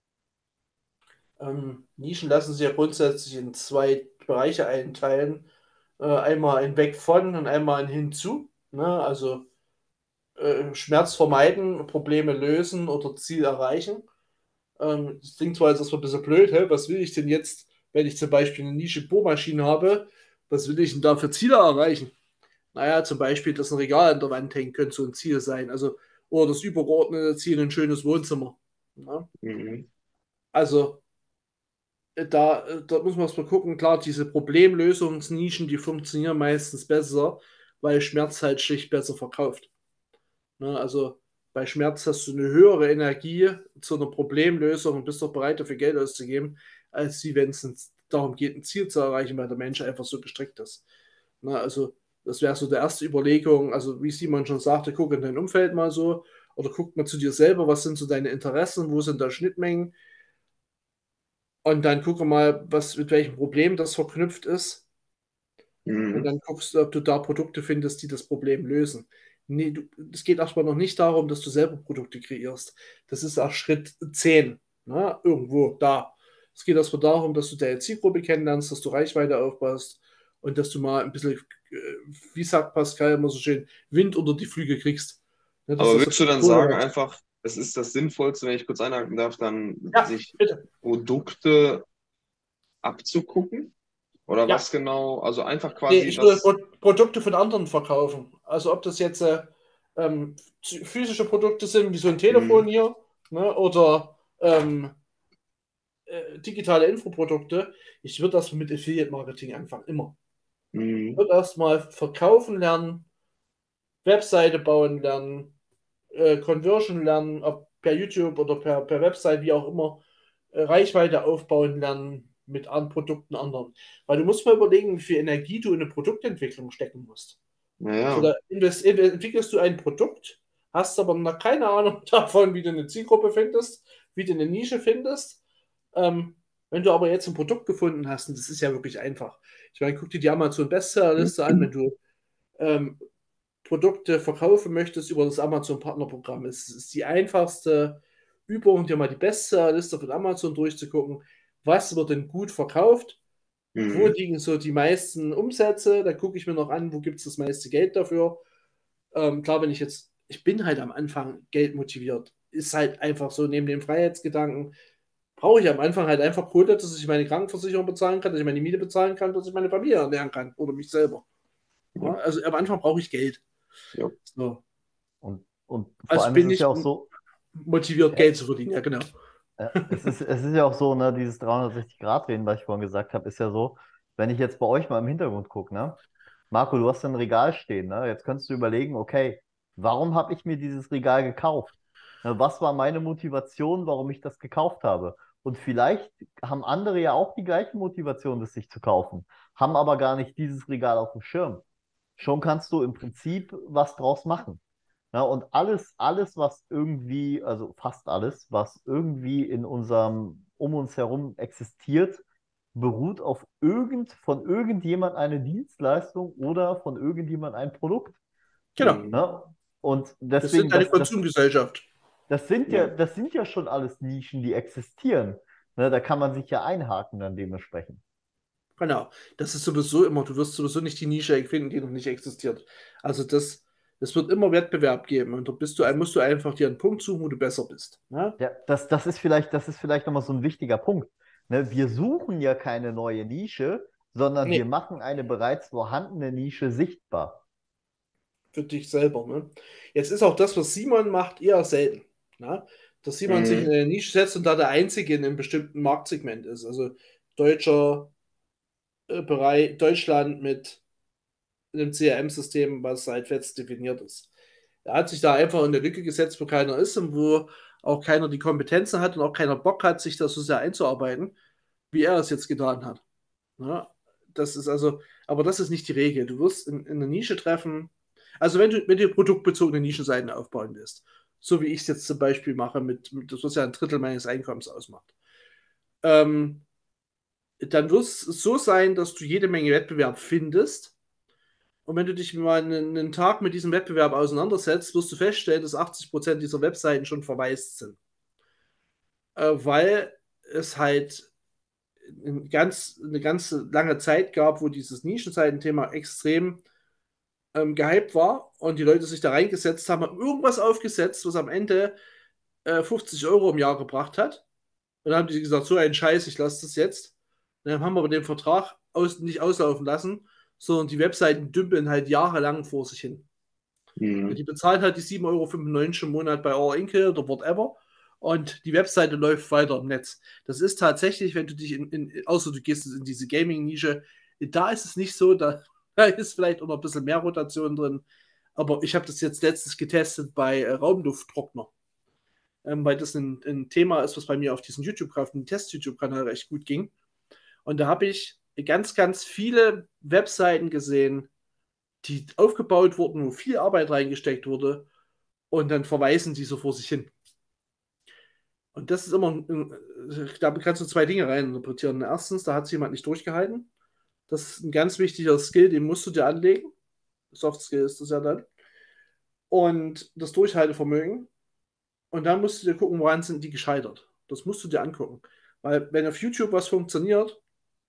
Ähm, Nischen lassen sich ja grundsätzlich in zwei Bereiche einteilen. Äh, einmal ein Weg von und einmal ein Hinzu. Ne? Also äh, Schmerz vermeiden, Probleme lösen oder Ziel erreichen. Ähm, das klingt zwar jetzt erstmal ein bisschen blöd, hä? Was will ich denn jetzt, wenn ich zum Beispiel eine Nische Bohrmaschine habe, was will ich denn da für Ziele erreichen? Naja, zum Beispiel, dass ein Regal an der Wand hängt, könnte so ein Ziel sein. Also, oder das übergeordnete Ziel, ein schönes Wohnzimmer. Ne? Mhm. Also, äh, da, äh, da muss man erstmal gucken, klar, diese Problemlösungsnischen, die funktionieren meistens besser, weil Schmerz halt schlicht besser verkauft. Ne? Also bei Schmerz hast du eine höhere Energie zu einer Problemlösung und bist doch bereit, dafür Geld auszugeben, als wie wenn es darum geht, ein Ziel zu erreichen, weil der Mensch einfach so gestrickt ist. Ne? Also das wäre so die erste Überlegung, also wie Simon schon sagte, guck in dein Umfeld mal so oder guck mal zu dir selber, was sind so deine Interessen, wo sind da Schnittmengen und dann gucke mal, was mit welchem Problem das verknüpft ist und Mhm. dann guckst du, ob du da Produkte findest, die das Problem lösen. Nee, du, es geht erstmal noch nicht darum, dass du selber Produkte kreierst. Das ist auch Schritt zehn, ne? Irgendwo da. Es geht erstmal darum, dass du deine Zielgruppe kennenlernst, dass du Reichweite aufbaust und dass du mal ein bisschen, äh, wie sagt Pascal immer so schön, Wind unter die Flügel kriegst. Ne, dass Aber das so würdest du dann Kohle sagen, hat. einfach, es ist das Sinnvollste, wenn ich kurz einhaken darf, dann Ja, sich bitte. Produkte abzugucken? Oder Ja. was genau? Also einfach Nee, quasi ich will das. Pro Produkte von anderen verkaufen. Also ob das jetzt äh, ähm, physische Produkte sind, wie so ein Telefon Mhm. hier, ne, oder ähm, äh, digitale Infoprodukte. Ich würde das mit Affiliate Marketing anfangen, immer. Ich Mhm. würde erstmal verkaufen lernen, Webseite bauen lernen, äh, Conversion lernen, ob per YouTube oder per, per Website, wie auch immer, äh, Reichweite aufbauen lernen mit an Produkten anderen. Weil du musst mal überlegen, wie viel Energie du in eine Produktentwicklung stecken musst. So, Naja. da invest, entwickelst du ein Produkt, hast aber noch keine Ahnung davon, wie du eine Zielgruppe findest, wie du eine Nische findest. Ähm, wenn du aber jetzt ein Produkt gefunden hast, und das ist ja wirklich einfach. Ich meine, guck dir die Amazon Bestsellerliste an, wenn du ähm, Produkte verkaufen möchtest über das Amazon Partnerprogramm. Es ist die einfachste Übung, dir mal die Bestsellerliste von Amazon durchzugucken. Was wird denn gut verkauft? Wo Mhm. liegen so die meisten Umsätze? Da gucke ich mir noch an, wo gibt es das meiste Geld dafür. Ähm, klar, wenn ich jetzt, ich bin halt am Anfang geldmotiviert. Ist halt einfach so, neben dem Freiheitsgedanken brauche ich am Anfang halt einfach Kohle, dass ich meine Krankenversicherung bezahlen kann, dass ich meine Miete bezahlen kann, dass ich meine Familie ernähren kann oder mich selber. Ja, Ja. also am Anfang brauche ich Geld. Ja. So. Und, und vor Also ich allem ist bin es ja nicht auch so, motiviert, äh, Geld zu verdienen. Ja, genau. äh, es ist, es ist ja auch so, ne, dieses dreihundertsechzig-Grad-Drehen, was ich vorhin gesagt habe, ist ja so, wenn ich jetzt bei euch mal im Hintergrund gucke, ne? Marco, du hast ein Regal stehen, ne? Jetzt könntest du überlegen, okay, warum habe ich mir dieses Regal gekauft? Ne, was war meine Motivation, warum ich das gekauft habe? Und vielleicht haben andere ja auch die gleiche Motivation, das sich zu kaufen, haben aber gar nicht dieses Regal auf dem Schirm. Schon kannst du im Prinzip was draus machen. Ja, und alles, alles, was irgendwie, also fast alles, was irgendwie in unserem, um uns herum existiert, beruht auf irgend, von irgendjemand eine Dienstleistung oder von irgendjemand ein Produkt. Genau. Mhm. Ne? Und Wir sind deswegen, eine das, das, Konsumgesellschaft. das sind ja, Ja. das sind ja schon alles Nischen, die existieren. Ne? Da kann man sich ja einhaken dann dementsprechend. Genau. Das ist sowieso immer, du wirst sowieso nicht die Nische finden, die noch nicht existiert. Also das, es wird immer Wettbewerb geben und da bist du, Das, musst du einfach dir einen Punkt suchen, wo du besser bist. Ne? ja, das, das ist vielleicht, das ist vielleicht nochmal so ein wichtiger Punkt. Ne? Wir suchen ja keine neue Nische, sondern wir Nee, machen eine bereits vorhandene Nische sichtbar. für dich selber. Ne? Jetzt ist auch das, was Simon macht, eher selten. Ne? Dass Simon sich in Mhm. eine Nische setzt und da der Einzige in einem bestimmten Marktsegment ist. Also deutscher äh, Bereich, Deutschland mit einem C R M-System, was halt fest definiert ist. Er hat sich da einfach in eine Lücke gesetzt, wo keiner ist und wo auch keiner die Kompetenzen hat und auch keiner Bock hat, sich da so sehr einzuarbeiten, wie er es jetzt getan hat. Ja, das ist also, aber das ist nicht die Regel. Du wirst in, in einer Nische treffen, also wenn du, wenn du produktbezogene Nischenseiten aufbauen willst, so wie ich es jetzt zum Beispiel mache, mit, mit das, was ja ein Drittel meines Einkommens ausmacht, ähm, dann wird es so sein, dass du jede Menge Wettbewerb findest. Und wenn du dich mal einen, einen Tag mit diesem Wettbewerb auseinandersetzt, wirst du feststellen, dass achtzig Prozent dieser Webseiten schon verwaist sind. Äh, weil es halt ein ganz, eine ganz lange Zeit gab, wo dieses Nischenseitenthema extrem ähm, gehypt war und die Leute sich da reingesetzt haben, haben irgendwas aufgesetzt, was am Ende äh, fünfzig Euro im Jahr gebracht hat. Und dann haben die gesagt, so ein Scheiß, ich lasse das jetzt. Und dann haben wir aber den Vertrag aus, nicht auslaufen lassen, sondern die Webseiten dümpeln halt jahrelang vor sich hin. Mhm. Die bezahlt halt die sieben Euro fünfundneunzig im Monat bei All Inkle oder whatever. Und die Webseite läuft weiter im Netz. Das ist tatsächlich, wenn du dich in, in außer du gehst in diese Gaming-Nische, da ist es nicht so, da, Da ist vielleicht auch noch ein bisschen mehr Rotation drin. Aber ich habe das jetzt letztens getestet bei äh, Raumlufttrockner. Ähm, weil das ein, ein Thema ist, was bei mir auf diesem YouTube-Kanal, dem Test-YouTube-Kanal recht gut ging. Und da habe ich ganz, ganz viele Webseiten gesehen, die aufgebaut wurden, wo viel Arbeit reingesteckt wurde und dann verweisen die so vor sich hin. Und das ist immer, ein- da kannst du zwei Dinge reininterpretieren. Erstens, da hat sich jemand nicht durchgehalten. Das ist ein ganz wichtiger Skill, den musst du dir anlegen. Soft Skill ist das ja dann. Und das Durchhaltevermögen. Und dann musst du dir gucken, woran sind die gescheitert. Das musst du dir angucken. Weil wenn auf YouTube was funktioniert,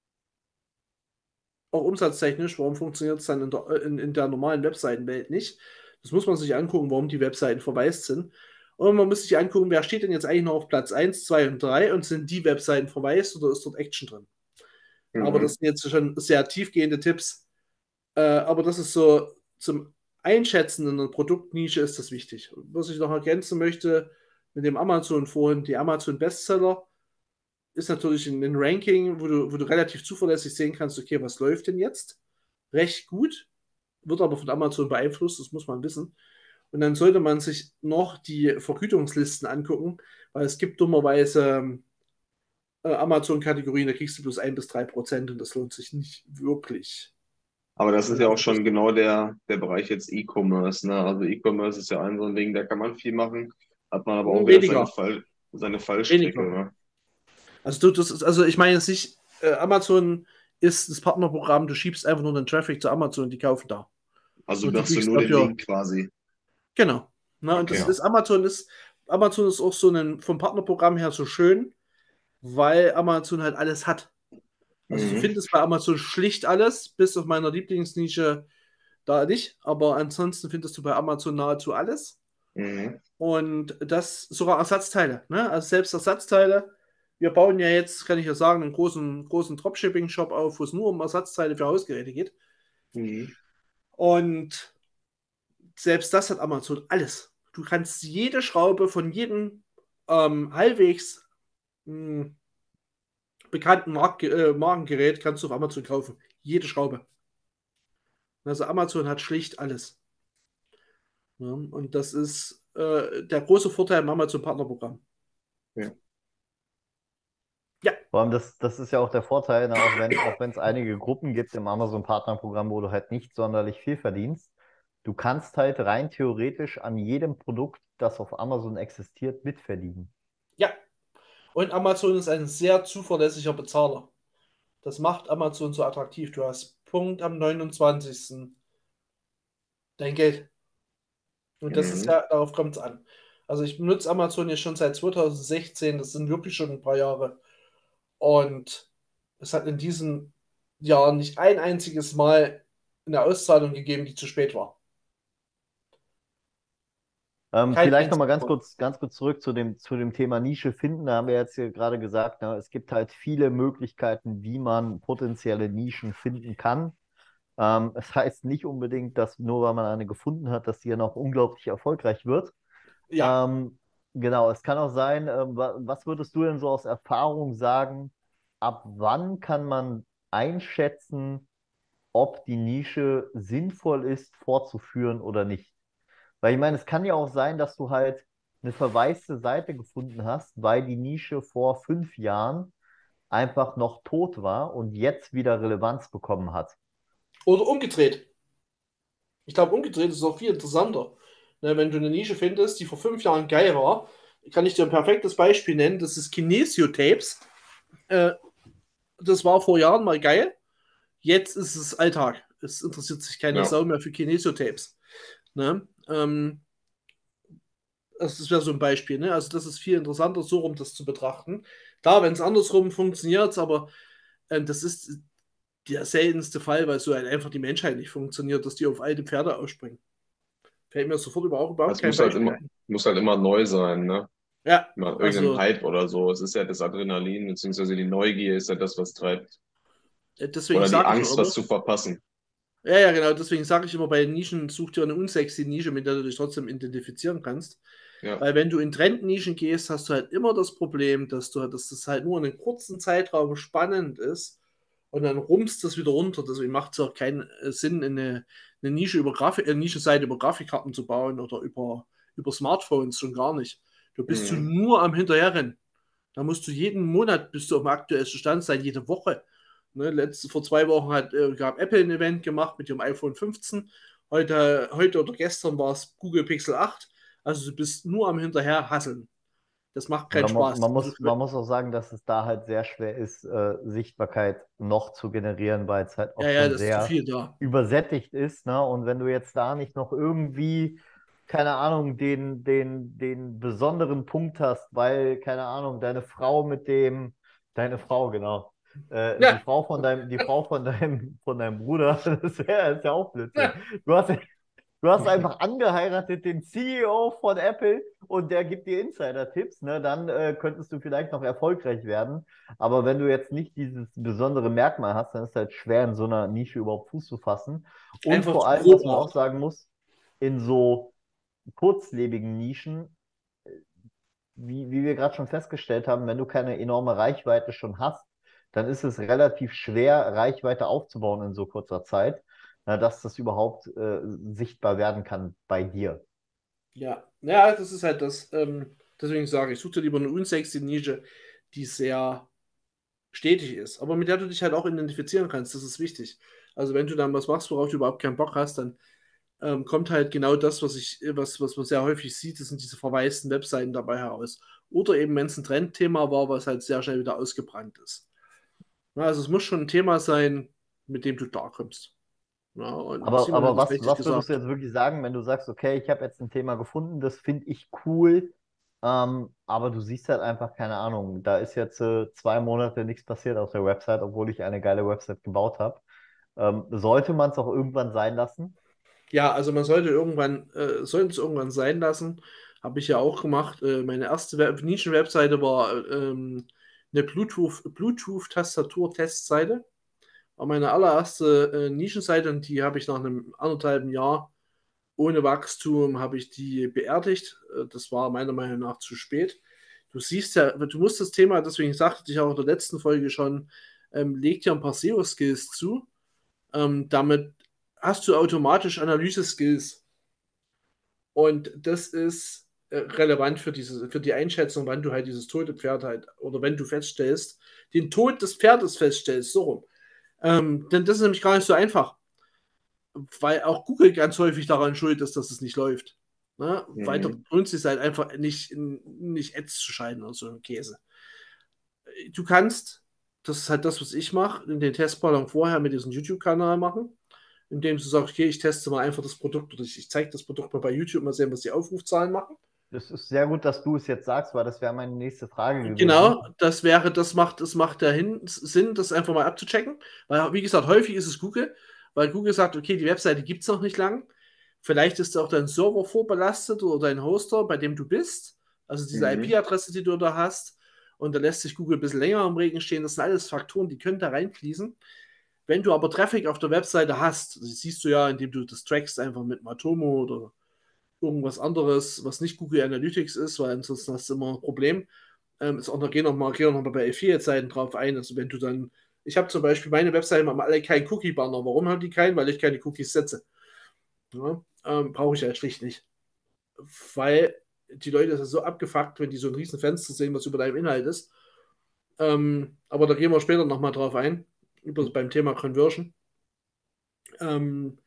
auch umsatztechnisch, warum funktioniert es dann in der, in, in der normalen Webseitenwelt nicht? Das muss man sich angucken, warum die Webseiten verwaist sind. Und man muss sich angucken, wer steht denn jetzt eigentlich noch auf Platz eins, zwei und drei und sind die Webseiten verwaist oder ist dort Action drin? Aber das Mhm. sind jetzt schon sehr tiefgehende Tipps. Äh, aber das ist so zum Einschätzen in einer Produktnische ist das wichtig. Was ich noch ergänzen möchte mit dem Amazon vorhin, die Amazon Bestseller ist natürlich ein, ein Ranking, wo du, wo du relativ zuverlässig sehen kannst, okay, was läuft denn jetzt? Recht gut, wird aber von Amazon beeinflusst, das muss man wissen. Und dann sollte man sich noch die Vergütungslisten angucken, weil es gibt dummerweise ähm, äh, Amazon-Kategorien, da kriegst du bloß ein bis drei Prozent und das lohnt sich nicht wirklich. Aber das ist Also ja auch das schon ist genau der, der Bereich jetzt E-Commerce, ne? Also E-Commerce ist ja ein so ein Ding, da kann man viel machen, hat man aber auch wieder seine weniger, Fall, seine Fallstricke, weniger. ne? Also du, das ist, also ich meine jetzt nicht, äh, Amazon ist das Partnerprogramm, du schiebst einfach nur den Traffic zu Amazon, die kaufen da. Also Und du machst du kriegst nur den dafür, Link quasi. genau. Na, und Okay. das Ja. ist Amazon ist, Amazon ist auch so ein, vom Partnerprogramm her so schön, weil Amazon halt alles hat. Also du Mhm. findest bei Amazon schlicht alles, bis auf meiner Lieblingsnische da nicht, aber ansonsten findest du bei Amazon nahezu alles. Mhm. Und das sogar Ersatzteile, ne? Also selbst Ersatzteile. Wir bauen ja jetzt, kann ich ja sagen, einen großen, großen Dropshipping-Shop auf, wo es nur um Ersatzteile für Hausgeräte geht. Mhm. Und selbst das hat Amazon alles. Du kannst jede Schraube von jedem ähm, halbwegs mh, bekannten Mark äh, Markengerät kannst du auf Amazon kaufen. Jede Schraube. Also Amazon hat schlicht alles. Ja, und das ist äh, der große Vorteil im Amazon-Partnerprogramm. Ja. Ja, Vor allem, das, das ist ja auch der Vorteil, ne? Auch wenn, auch wenn es einige Gruppen gibt im Amazon-Partnerprogramm, wo du halt nicht sonderlich viel verdienst, du kannst halt rein theoretisch an jedem Produkt, das auf Amazon existiert, mitverdienen. ja. Und Amazon ist ein sehr zuverlässiger Bezahler. Das macht Amazon so attraktiv. Du hast Punkt am neunundzwanzigsten dein Geld. Und das ist Mhm. ja, darauf kommt es an. Also ich benutze Amazon jetzt schon seit zwanzig sechzehn, das sind wirklich schon ein paar Jahre. Und es hat in diesem Jahr nicht ein einziges Mal eine Auszahlung gegeben, die zu spät war. Ähm, Kein vielleicht nochmal einziges ganz Mal. kurz, ganz kurz zurück zu dem, zu dem Thema Nische finden. Da haben wir jetzt hier gerade gesagt, ne, es gibt halt viele Möglichkeiten, wie man potenzielle Nischen finden kann. Ähm, es heißt nicht unbedingt, dass nur weil man eine gefunden hat, dass die dann auch unglaublich erfolgreich wird. Ja, Ähm, genau, es kann auch sein, ähm, wa was würdest du denn so aus Erfahrung sagen, ab wann kann man einschätzen, ob die Nische sinnvoll ist, fortzuführen oder nicht? Weil ich meine, es kann ja auch sein, dass du halt eine verwaiste Seite gefunden hast, weil die Nische vor fünf Jahren einfach noch tot war und jetzt wieder Relevanz bekommen hat. oder umgedreht. Ich glaube, umgedreht ist es auch viel interessanter. Ne, wenn du eine Nische findest, die vor fünf Jahren geil war, kann ich dir ein perfektes Beispiel nennen. Das ist Kinesio-Tapes. Äh, das war vor Jahren mal geil. Jetzt ist es Alltag. Es interessiert sich keine Ja. Sau mehr für Kinesio-Tapes. Ne? Ähm, das wäre so ein Beispiel. Ne? Also das ist viel interessanter, so rum das zu betrachten. Klar, wenn es andersrum funktioniert, aber äh, das ist der seltenste Fall, weil so halt einfach die Menschheit nicht funktioniert, dass die auf alte Pferde ausspringen. Fällt mir sofort überhaupt, überhaupt Es kein muss halt Beispiel immer, ein. muss halt immer neu sein, ne? Ja, Mal irgendein also Hype oder so. Es ist ja das Adrenalin, beziehungsweise die Neugier ist ja das, was treibt. äh, deswegen Oder die sage ich auch Angst, was immer, zu verpassen. ja, ja, genau, deswegen sage ich immer bei Nischen, such dir eine unsexy Nische, mit der du dich trotzdem identifizieren kannst. Ja. Weil wenn du in Trendnischen gehst, hast du halt immer das Problem, dass du, dass das halt nur in einem kurzen Zeitraum spannend ist und dann rumpst das wieder runter. Deswegen macht es auch keinen äh, Sinn, eine, eine Nische über Grafik, eine Nischenseite über Grafikkarten zu bauen oder über, über Smartphones schon gar nicht. Du bist du Mhm. nur am Hinterherrennen. Da musst du jeden Monat bist du auf dem aktuellsten Stand sein, jede Woche. Ne, letzte, vor zwei Wochen hat äh, gab Apple ein Event gemacht mit dem iPhone fünfzehn. Heute, heute oder gestern war es Google Pixel acht. Also du bist nur am Hinterherhasseln. Das macht keinen Ja, man, Spaß. man Also, muss, man muss auch sagen, dass es da halt sehr schwer ist, äh, Sichtbarkeit noch zu generieren, weil es halt auch ja, ja, schon das ist zu sehr viel da. übersättigt ist, ne? Und wenn du jetzt da nicht noch irgendwie, keine Ahnung, den, den, den besonderen Punkt hast, weil, keine Ahnung, deine Frau mit dem, deine Frau, genau, äh, die Ja, Frau von deinem, die Frau von deinem, von deinem Bruder, das wäre ist ja auch Blödsinn. ja. Du hast, Du hast einfach angeheiratet den C E O von Apple und der gibt dir Insider-Tipps, ne? Dann äh, könntest du vielleicht noch erfolgreich werden. Aber wenn du jetzt nicht dieses besondere Merkmal hast, dann ist es halt schwer, in so einer Nische überhaupt Fuß zu fassen. Und Einfach vor zu allem, grob was man auch auch. sagen muss, in so kurzlebigen Nischen, wie, wie wir gerade schon festgestellt haben, wenn du keine enorme Reichweite schon hast, dann ist es relativ schwer, Reichweite aufzubauen in so kurzer Zeit, na, dass das überhaupt äh, sichtbar werden kann bei dir. Ja, ja, das ist halt das. Ähm, deswegen sage ich, such dir lieber eine unsexy Nische, die sehr stetig ist, aber mit der du dich halt auch identifizieren kannst. Das ist wichtig. Also wenn du dann was machst, worauf du überhaupt keinen Bock hast, dann ähm, kommt halt genau das, was ich, was, was man sehr häufig sieht, das sind diese verwaisten Webseiten dabei heraus. Oder eben, wenn es ein Trendthema war, was halt sehr schnell wieder ausgebrannt ist. Ja, also es muss schon ein Thema sein, mit dem du klarkommst. Ja, und Aber, Simon aber hat es was, richtig was würdest du gesagt. jetzt wirklich sagen, wenn du sagst, okay, ich habe jetzt ein Thema gefunden, das finde ich cool, ähm, aber du siehst halt einfach, keine Ahnung, da ist jetzt äh, zwei Monate nichts passiert auf der Website, obwohl ich eine geile Website gebaut habe. Ähm, sollte man es auch irgendwann sein lassen? Ja, also man sollte irgendwann, äh, sollte es irgendwann sein lassen. Habe ich ja auch gemacht. Äh, meine erste Web Nischen-Webseite war ähm, eine Bluetooth, Bluetooth-Tastatur-Testseite. War meine allererste äh, Nischenseite und die habe ich nach einem anderthalben Jahr ohne Wachstum habe ich die beerdigt. Äh, Das war meiner Meinung nach zu spät. Du siehst ja, du musst das Thema, deswegen sagte ich auch in der letzten Folge schon, ähm, leg dir ein paar S E O-Skills zu. Ähm, damit hast du automatisch Analyse-Skills. Und das ist äh, relevant für diese, für die Einschätzung, wann du halt dieses tote Pferd halt, oder wenn du feststellst, den Tod des Pferdes feststellst, so rum. Ähm, denn das ist nämlich gar nicht so einfach, weil auch Google ganz häufig daran schuld ist, dass es nicht läuft. Ne? Weil der Mhm. Grund ist halt einfach nicht, nicht Ads zu schalten oder so ein Käse. Du kannst, das ist halt das, was ich mache, in den Testballon vorher mit diesem YouTube-Kanal machen, indem du sagst, okay, ich teste mal einfach das Produkt oder ich, ich zeige das Produkt mal bei YouTube, mal sehen, was die Aufrufzahlen machen. Das ist sehr gut, dass du es jetzt sagst, weil das wäre meine nächste Frage gewesen. Genau, das wäre, das macht, das macht dahin Sinn, das einfach mal abzuchecken. Weil, wie gesagt, häufig ist es Google, weil Google sagt, okay, die Webseite gibt es noch nicht lang. Vielleicht ist auch dein Server vorbelastet oder dein Hoster, bei dem du bist. Also diese Mhm. I P-Adresse, die du da hast. Und da lässt sich Google ein bisschen länger im Regen stehen. Das sind alles Faktoren, die können da reinfließen. Wenn du aber Traffic auf der Webseite hast, das siehst du ja, indem du das trackst einfach mit Matomo oder irgendwas anderes, was nicht Google Analytics ist, weil ansonsten hast du immer ein Problem. Ähm, ist auch noch, gehen noch mal, gehen noch mal bei Affiliate-Seiten drauf ein. Also wenn du dann, ich habe zum Beispiel meine Webseiten haben alle keinen Cookie-Banner. Warum haben die keinen? Weil ich keine Cookies setze. Ja, ähm, brauche ich halt schlicht nicht. Weil die Leute sind so abgefuckt, wenn die so ein riesen Fenster sehen, was über deinem Inhalt ist. Ähm, aber da gehen wir später nochmal drauf ein, über, beim Thema Conversion. Ähm,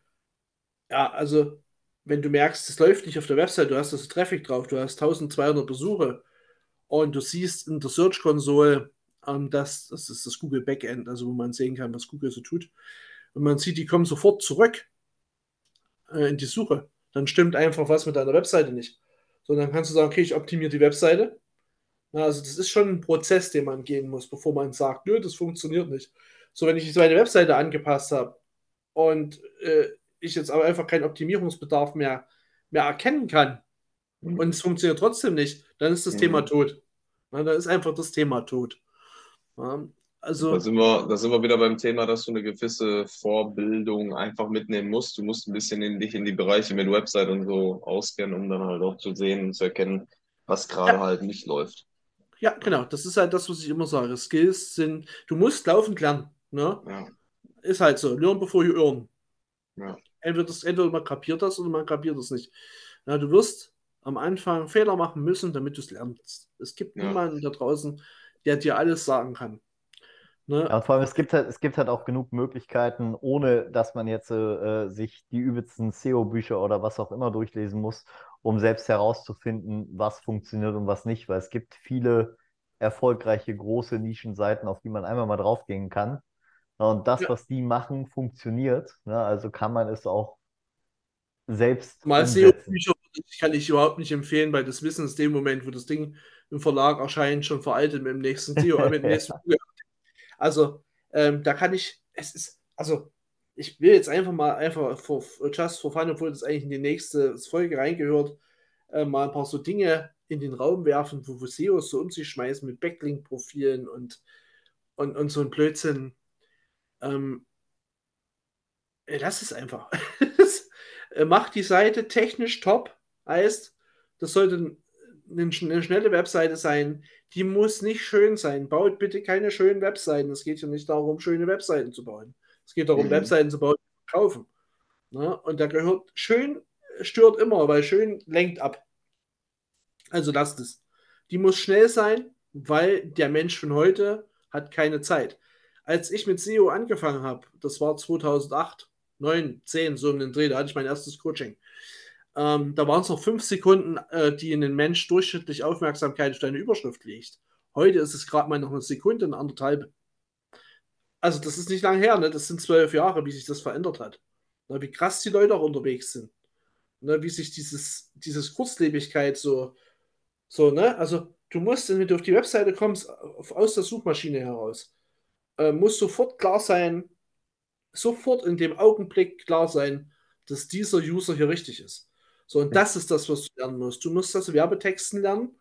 ja, also wenn du merkst, es läuft nicht auf der Website, du hast das Traffic drauf, du hast eintausendzweihundert Besuche und du siehst in der Search Console, ähm, dass das ist das Google Backend, also wo man sehen kann, was Google so tut. Und man sieht, die kommen sofort zurück äh, in die Suche. Dann stimmt einfach was mit deiner Webseite nicht. So, dann kannst du sagen, okay, ich optimiere die Webseite. Na, also das ist schon ein Prozess, den man gehen muss, bevor man sagt, nö, das funktioniert nicht. So, wenn ich jetzt meine Webseite angepasst habe und äh, ich jetzt aber einfach keinen Optimierungsbedarf mehr, mehr erkennen kann und es funktioniert trotzdem nicht, dann ist das Thema Mhm. tot. Na, dann ist einfach das Thema tot. Ja, Da also, sind wir, da sind wir wieder beim Thema, dass du eine gewisse Vorbildung einfach mitnehmen musst. Du musst ein bisschen in dich in die Bereiche mit Website und so auskennen, um dann halt auch zu sehen und zu erkennen, was gerade ja, halt nicht läuft. ja, genau. Das ist halt das, was ich immer sage. Skills sind, du musst laufend lernen. Ne? Ja, Ist halt so. Learn before you earn. ja, Entweder, das, entweder man kapiert das oder man kapiert es nicht. Ja, du wirst am Anfang Fehler machen müssen, damit du es lernst. Es gibt ja, niemanden da draußen, der dir alles sagen kann. Ja, Ne? und vor allem, es gibt halt, es gibt halt auch genug Möglichkeiten, ohne dass man jetzt äh, sich die übelsten S E O-Bücher oder was auch immer durchlesen muss, um selbst herauszufinden, was funktioniert und was nicht. Weil es gibt viele erfolgreiche große Nischenseiten, auf die man einmal mal draufgehen kann. Und das, Ja, was die machen, funktioniert. Ne? Also kann man es auch selbst mal umsetzen. S E O-Bücher kann ich überhaupt nicht empfehlen, weil das Wissen ist dem Moment, wo das Ding im Verlag erscheint, schon veraltet mit dem nächsten S E O, äh, mit dem nächsten Google. Also, ähm, da kann ich, es ist, also, ich will jetzt einfach mal, einfach for, just for fun, obwohl das eigentlich in die nächste Folge reingehört, äh, mal ein paar so Dinge in den Raum werfen, wo, wo S E Os so um sich schmeißen mit Backlink-Profilen und, und, und so ein Blödsinn. Ähm, äh, lass es einfach. Äh, Macht die Seite technisch top, heißt, das sollte eine, eine schnelle Webseite sein. Die muss nicht schön sein. Baut bitte keine schönen Webseiten. Es geht ja nicht darum, schöne Webseiten zu bauen. Es geht darum, mhm. Webseiten zu bauen, die verkaufen. Ne? Und da gehört schön, stört immer, weil schön lenkt ab. Also lasst es. Die muss schnell sein, weil der Mensch von heute hat keine Zeit. Als ich mit S E O angefangen habe, das war zweitausendacht, neun, zehn, so um den Dreh, da hatte ich mein erstes Coaching. Ähm, da waren es noch fünf Sekunden, äh, die in den Mensch durchschnittlich Aufmerksamkeit auf deine Überschrift liegt. Heute ist es gerade mal noch eine Sekunde, eine anderthalb. Also das ist nicht lange her, ne? Das sind zwölf Jahre, wie sich das verändert hat. Ne? Wie krass die Leute auch unterwegs sind. Ne? Wie sich dieses, dieses Kurzlebigkeit so so, ne? Also, du musst, wenn du auf die Webseite kommst, auf, aus der Suchmaschine heraus, äh, muss sofort klar sein, sofort in dem Augenblick klar sein, dass dieser User hier richtig ist. So, und das ist das, was du lernen musst. Du musst das Werbetexten lernen.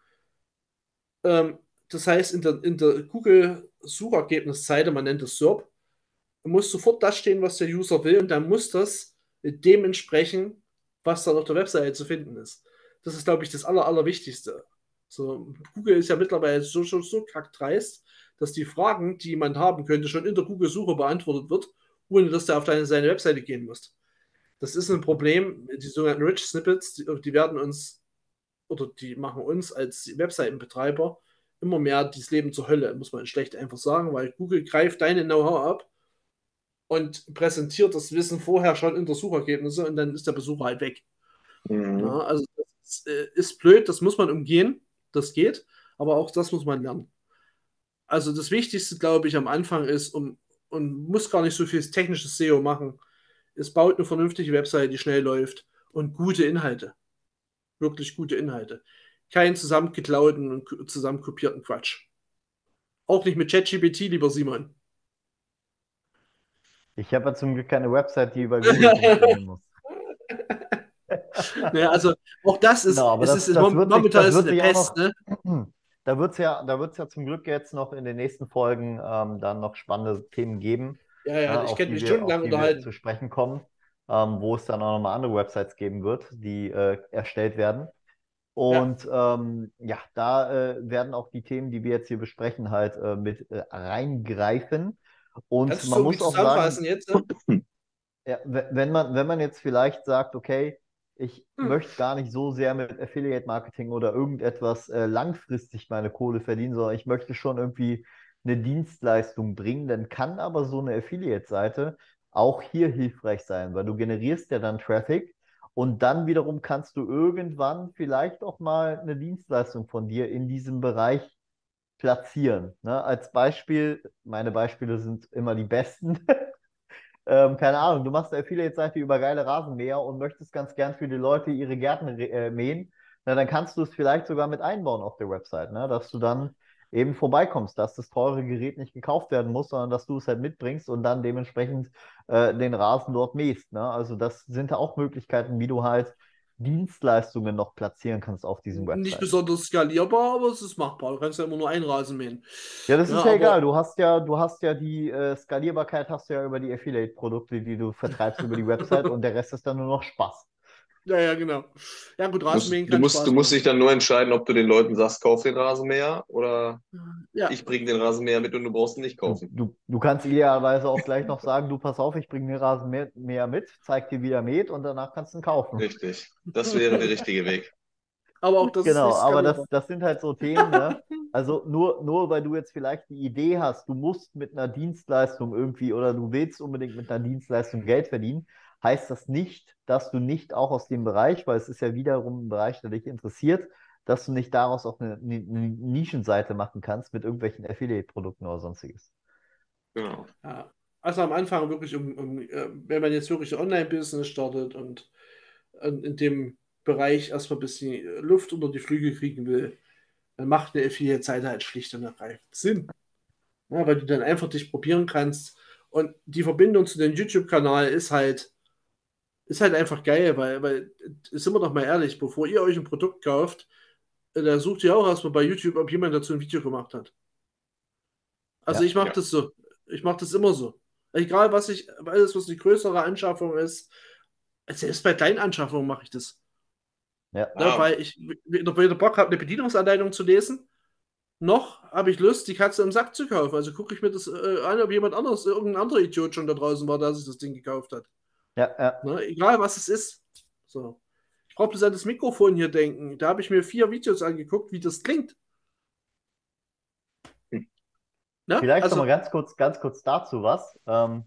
Ähm, das heißt, in der, in der Google-Suchergebnisseite, man nennt es S E R P, muss sofort das stehen, was der User will, und dann muss das dementsprechend, was dann auf der Webseite zu finden ist. Das ist, glaube ich, das Aller, Allerwichtigste. So, Google ist ja mittlerweile so, so, so kackdreist, dass die Fragen, die jemand haben könnte, schon in der Google-Suche beantwortet wird, ohne dass der auf deine, seine Webseite gehen muss. Das ist ein Problem. Die sogenannten Rich Snippets, die, die werden uns oder die machen uns als Webseitenbetreiber immer mehr das Leben zur Hölle, muss man schlecht einfach sagen, weil Google greift deine Know-how ab und präsentiert das Wissen vorher schon in der Suchergebnisse und dann ist der Besucher halt weg. Mhm. Ja, also das ist, äh, ist blöd, das muss man umgehen, das geht, aber auch das muss man lernen. Also das Wichtigste, glaube ich, am Anfang ist, um, und muss gar nicht so viel technisches S E O machen, es baut eine vernünftige Webseite, die schnell läuft und gute Inhalte, wirklich gute Inhalte. Keinen zusammengeklauten und zusammenkopierten Quatsch. Auch nicht mit ChatGPT, lieber Simon. Ich habe ja zum Glück keine Website, die über Google funktionieren muss. Naja, also auch das ist, Genau, aber es ist, das, ist das wird sich, momentan das ist es wird eine sich auch Pest, noch, ne? da wird es ja, da wird's ja zum Glück jetzt noch in den nächsten Folgen ähm, dann noch spannende Themen geben, Ja, ja, ne, ich auf könnte die mich wir, auf stundenlang die wir zu unterhalten. sprechen kommen, ähm, wo es dann auch nochmal andere Websites geben wird, die äh, erstellt werden. Ja. Und ähm, ja, da äh, werden auch die Themen, die wir jetzt hier besprechen, halt äh, mit äh, reingreifen. Und Kannst du man irgendwie muss auch sagen, zusammenfassen jetzt? Ne? ja, we- wenn man, wenn man jetzt vielleicht sagt, okay, ich Hm. möchte gar nicht so sehr mit Affiliate Marketing oder irgendetwas äh, langfristig meine Kohle verdienen, sondern ich möchte schon irgendwie eine Dienstleistung bringen, dann kann aber so eine Affiliate-Seite auch hier hilfreich sein, weil du generierst ja dann Traffic und dann wiederum kannst du irgendwann vielleicht auch mal eine Dienstleistung von dir in diesem Bereich platzieren. Ne? Als Beispiel, meine Beispiele sind immer die besten. Ähm, keine Ahnung, du machst eine Affiliate-Seite über geile Rasenmäher und möchtest ganz gern für die Leute ihre Gärten äh, mähen, na, dann kannst du es vielleicht sogar mit einbauen auf der Website, ne? Dass du dann eben vorbeikommst, dass das teure Gerät nicht gekauft werden muss, sondern dass du es halt mitbringst und dann dementsprechend äh, den Rasen dort mähst. Ne? Also das sind auch Möglichkeiten, wie du halt Dienstleistungen noch platzieren kannst auf diesen Nicht Websites. besonders skalierbar, aber es ist machbar. Du kannst ja immer nur einen Rasen mähen. Ja, das Ja, ist ja aber egal. Du hast ja, du hast ja die äh, Skalierbarkeit hast du ja über die Affiliate-Produkte, die du vertreibst über die Website und der Rest ist dann nur noch Spaß. Ja, ja, genau. Ja, gut, Du musst, Rasenmähen du kann musst, du Spaß musst machen. dich dann nur entscheiden, ob du den Leuten sagst, kauf den Rasenmäher oder Ja, ich bringe den Rasenmäher mit und du brauchst ihn nicht Du, kaufen. du, du kannst idealerweise auch gleich noch sagen, du pass auf, ich bringe den Rasenmäher mit, zeig dir, wie er mäht und danach kannst du ihn kaufen. Richtig. Das wäre der richtige Weg. aber auch das ist Genau, nicht aber das, skalierbar. das sind halt so Themen, ne? Also nur, nur weil du jetzt vielleicht die Idee hast, du musst mit einer Dienstleistung irgendwie oder du willst unbedingt mit einer Dienstleistung Geld verdienen, heißt das nicht, dass du nicht auch aus dem Bereich, weil es ist ja wiederum ein Bereich, der dich interessiert, dass du nicht daraus auch eine, eine, eine Nischenseite machen kannst mit irgendwelchen Affiliate-Produkten oder sonstiges. Genau. Ja. Also am Anfang wirklich, um, um, äh, wenn man jetzt wirklich ein Online-Business startet und in, in dem Bereich erstmal ein bisschen Luft unter die Flügel kriegen will, dann macht eine Affiliate-Seite halt schlicht und ergreifend Sinn. Ja, weil du dann einfach dich probieren kannst. Und die Verbindung zu dem YouTube-Kanal ist halt, ist halt einfach geil, weil, weil, sind wir doch mal ehrlich, bevor ihr euch ein Produkt kauft, äh, da sucht ihr auch erstmal bei YouTube, ob jemand dazu ein Video gemacht hat. Also Ja, ich mache Ja. das so. Ich mache das immer so. Egal, was ich, alles, was eine größere Anschaffung ist, selbst bei kleinen Anschaffungen mache ich das. ja. Ne, Ah, weil ich weder weder Bock habe, eine Bedienungsanleitung zu lesen, noch habe ich Lust, die Katze im Sack zu kaufen. Also gucke ich mir das äh, an, ob jemand anderes, irgendein anderer Idiot schon da draußen war, der sich das Ding gekauft hat. Ja, ja. Ne, egal, was es ist. So. Ich brauche bloß an das Mikrofon hier denken. Da habe ich mir vier Videos angeguckt, wie das klingt. hm. Ne? Vielleicht noch mal Also ganz kurz, ganz kurz dazu was. Ähm,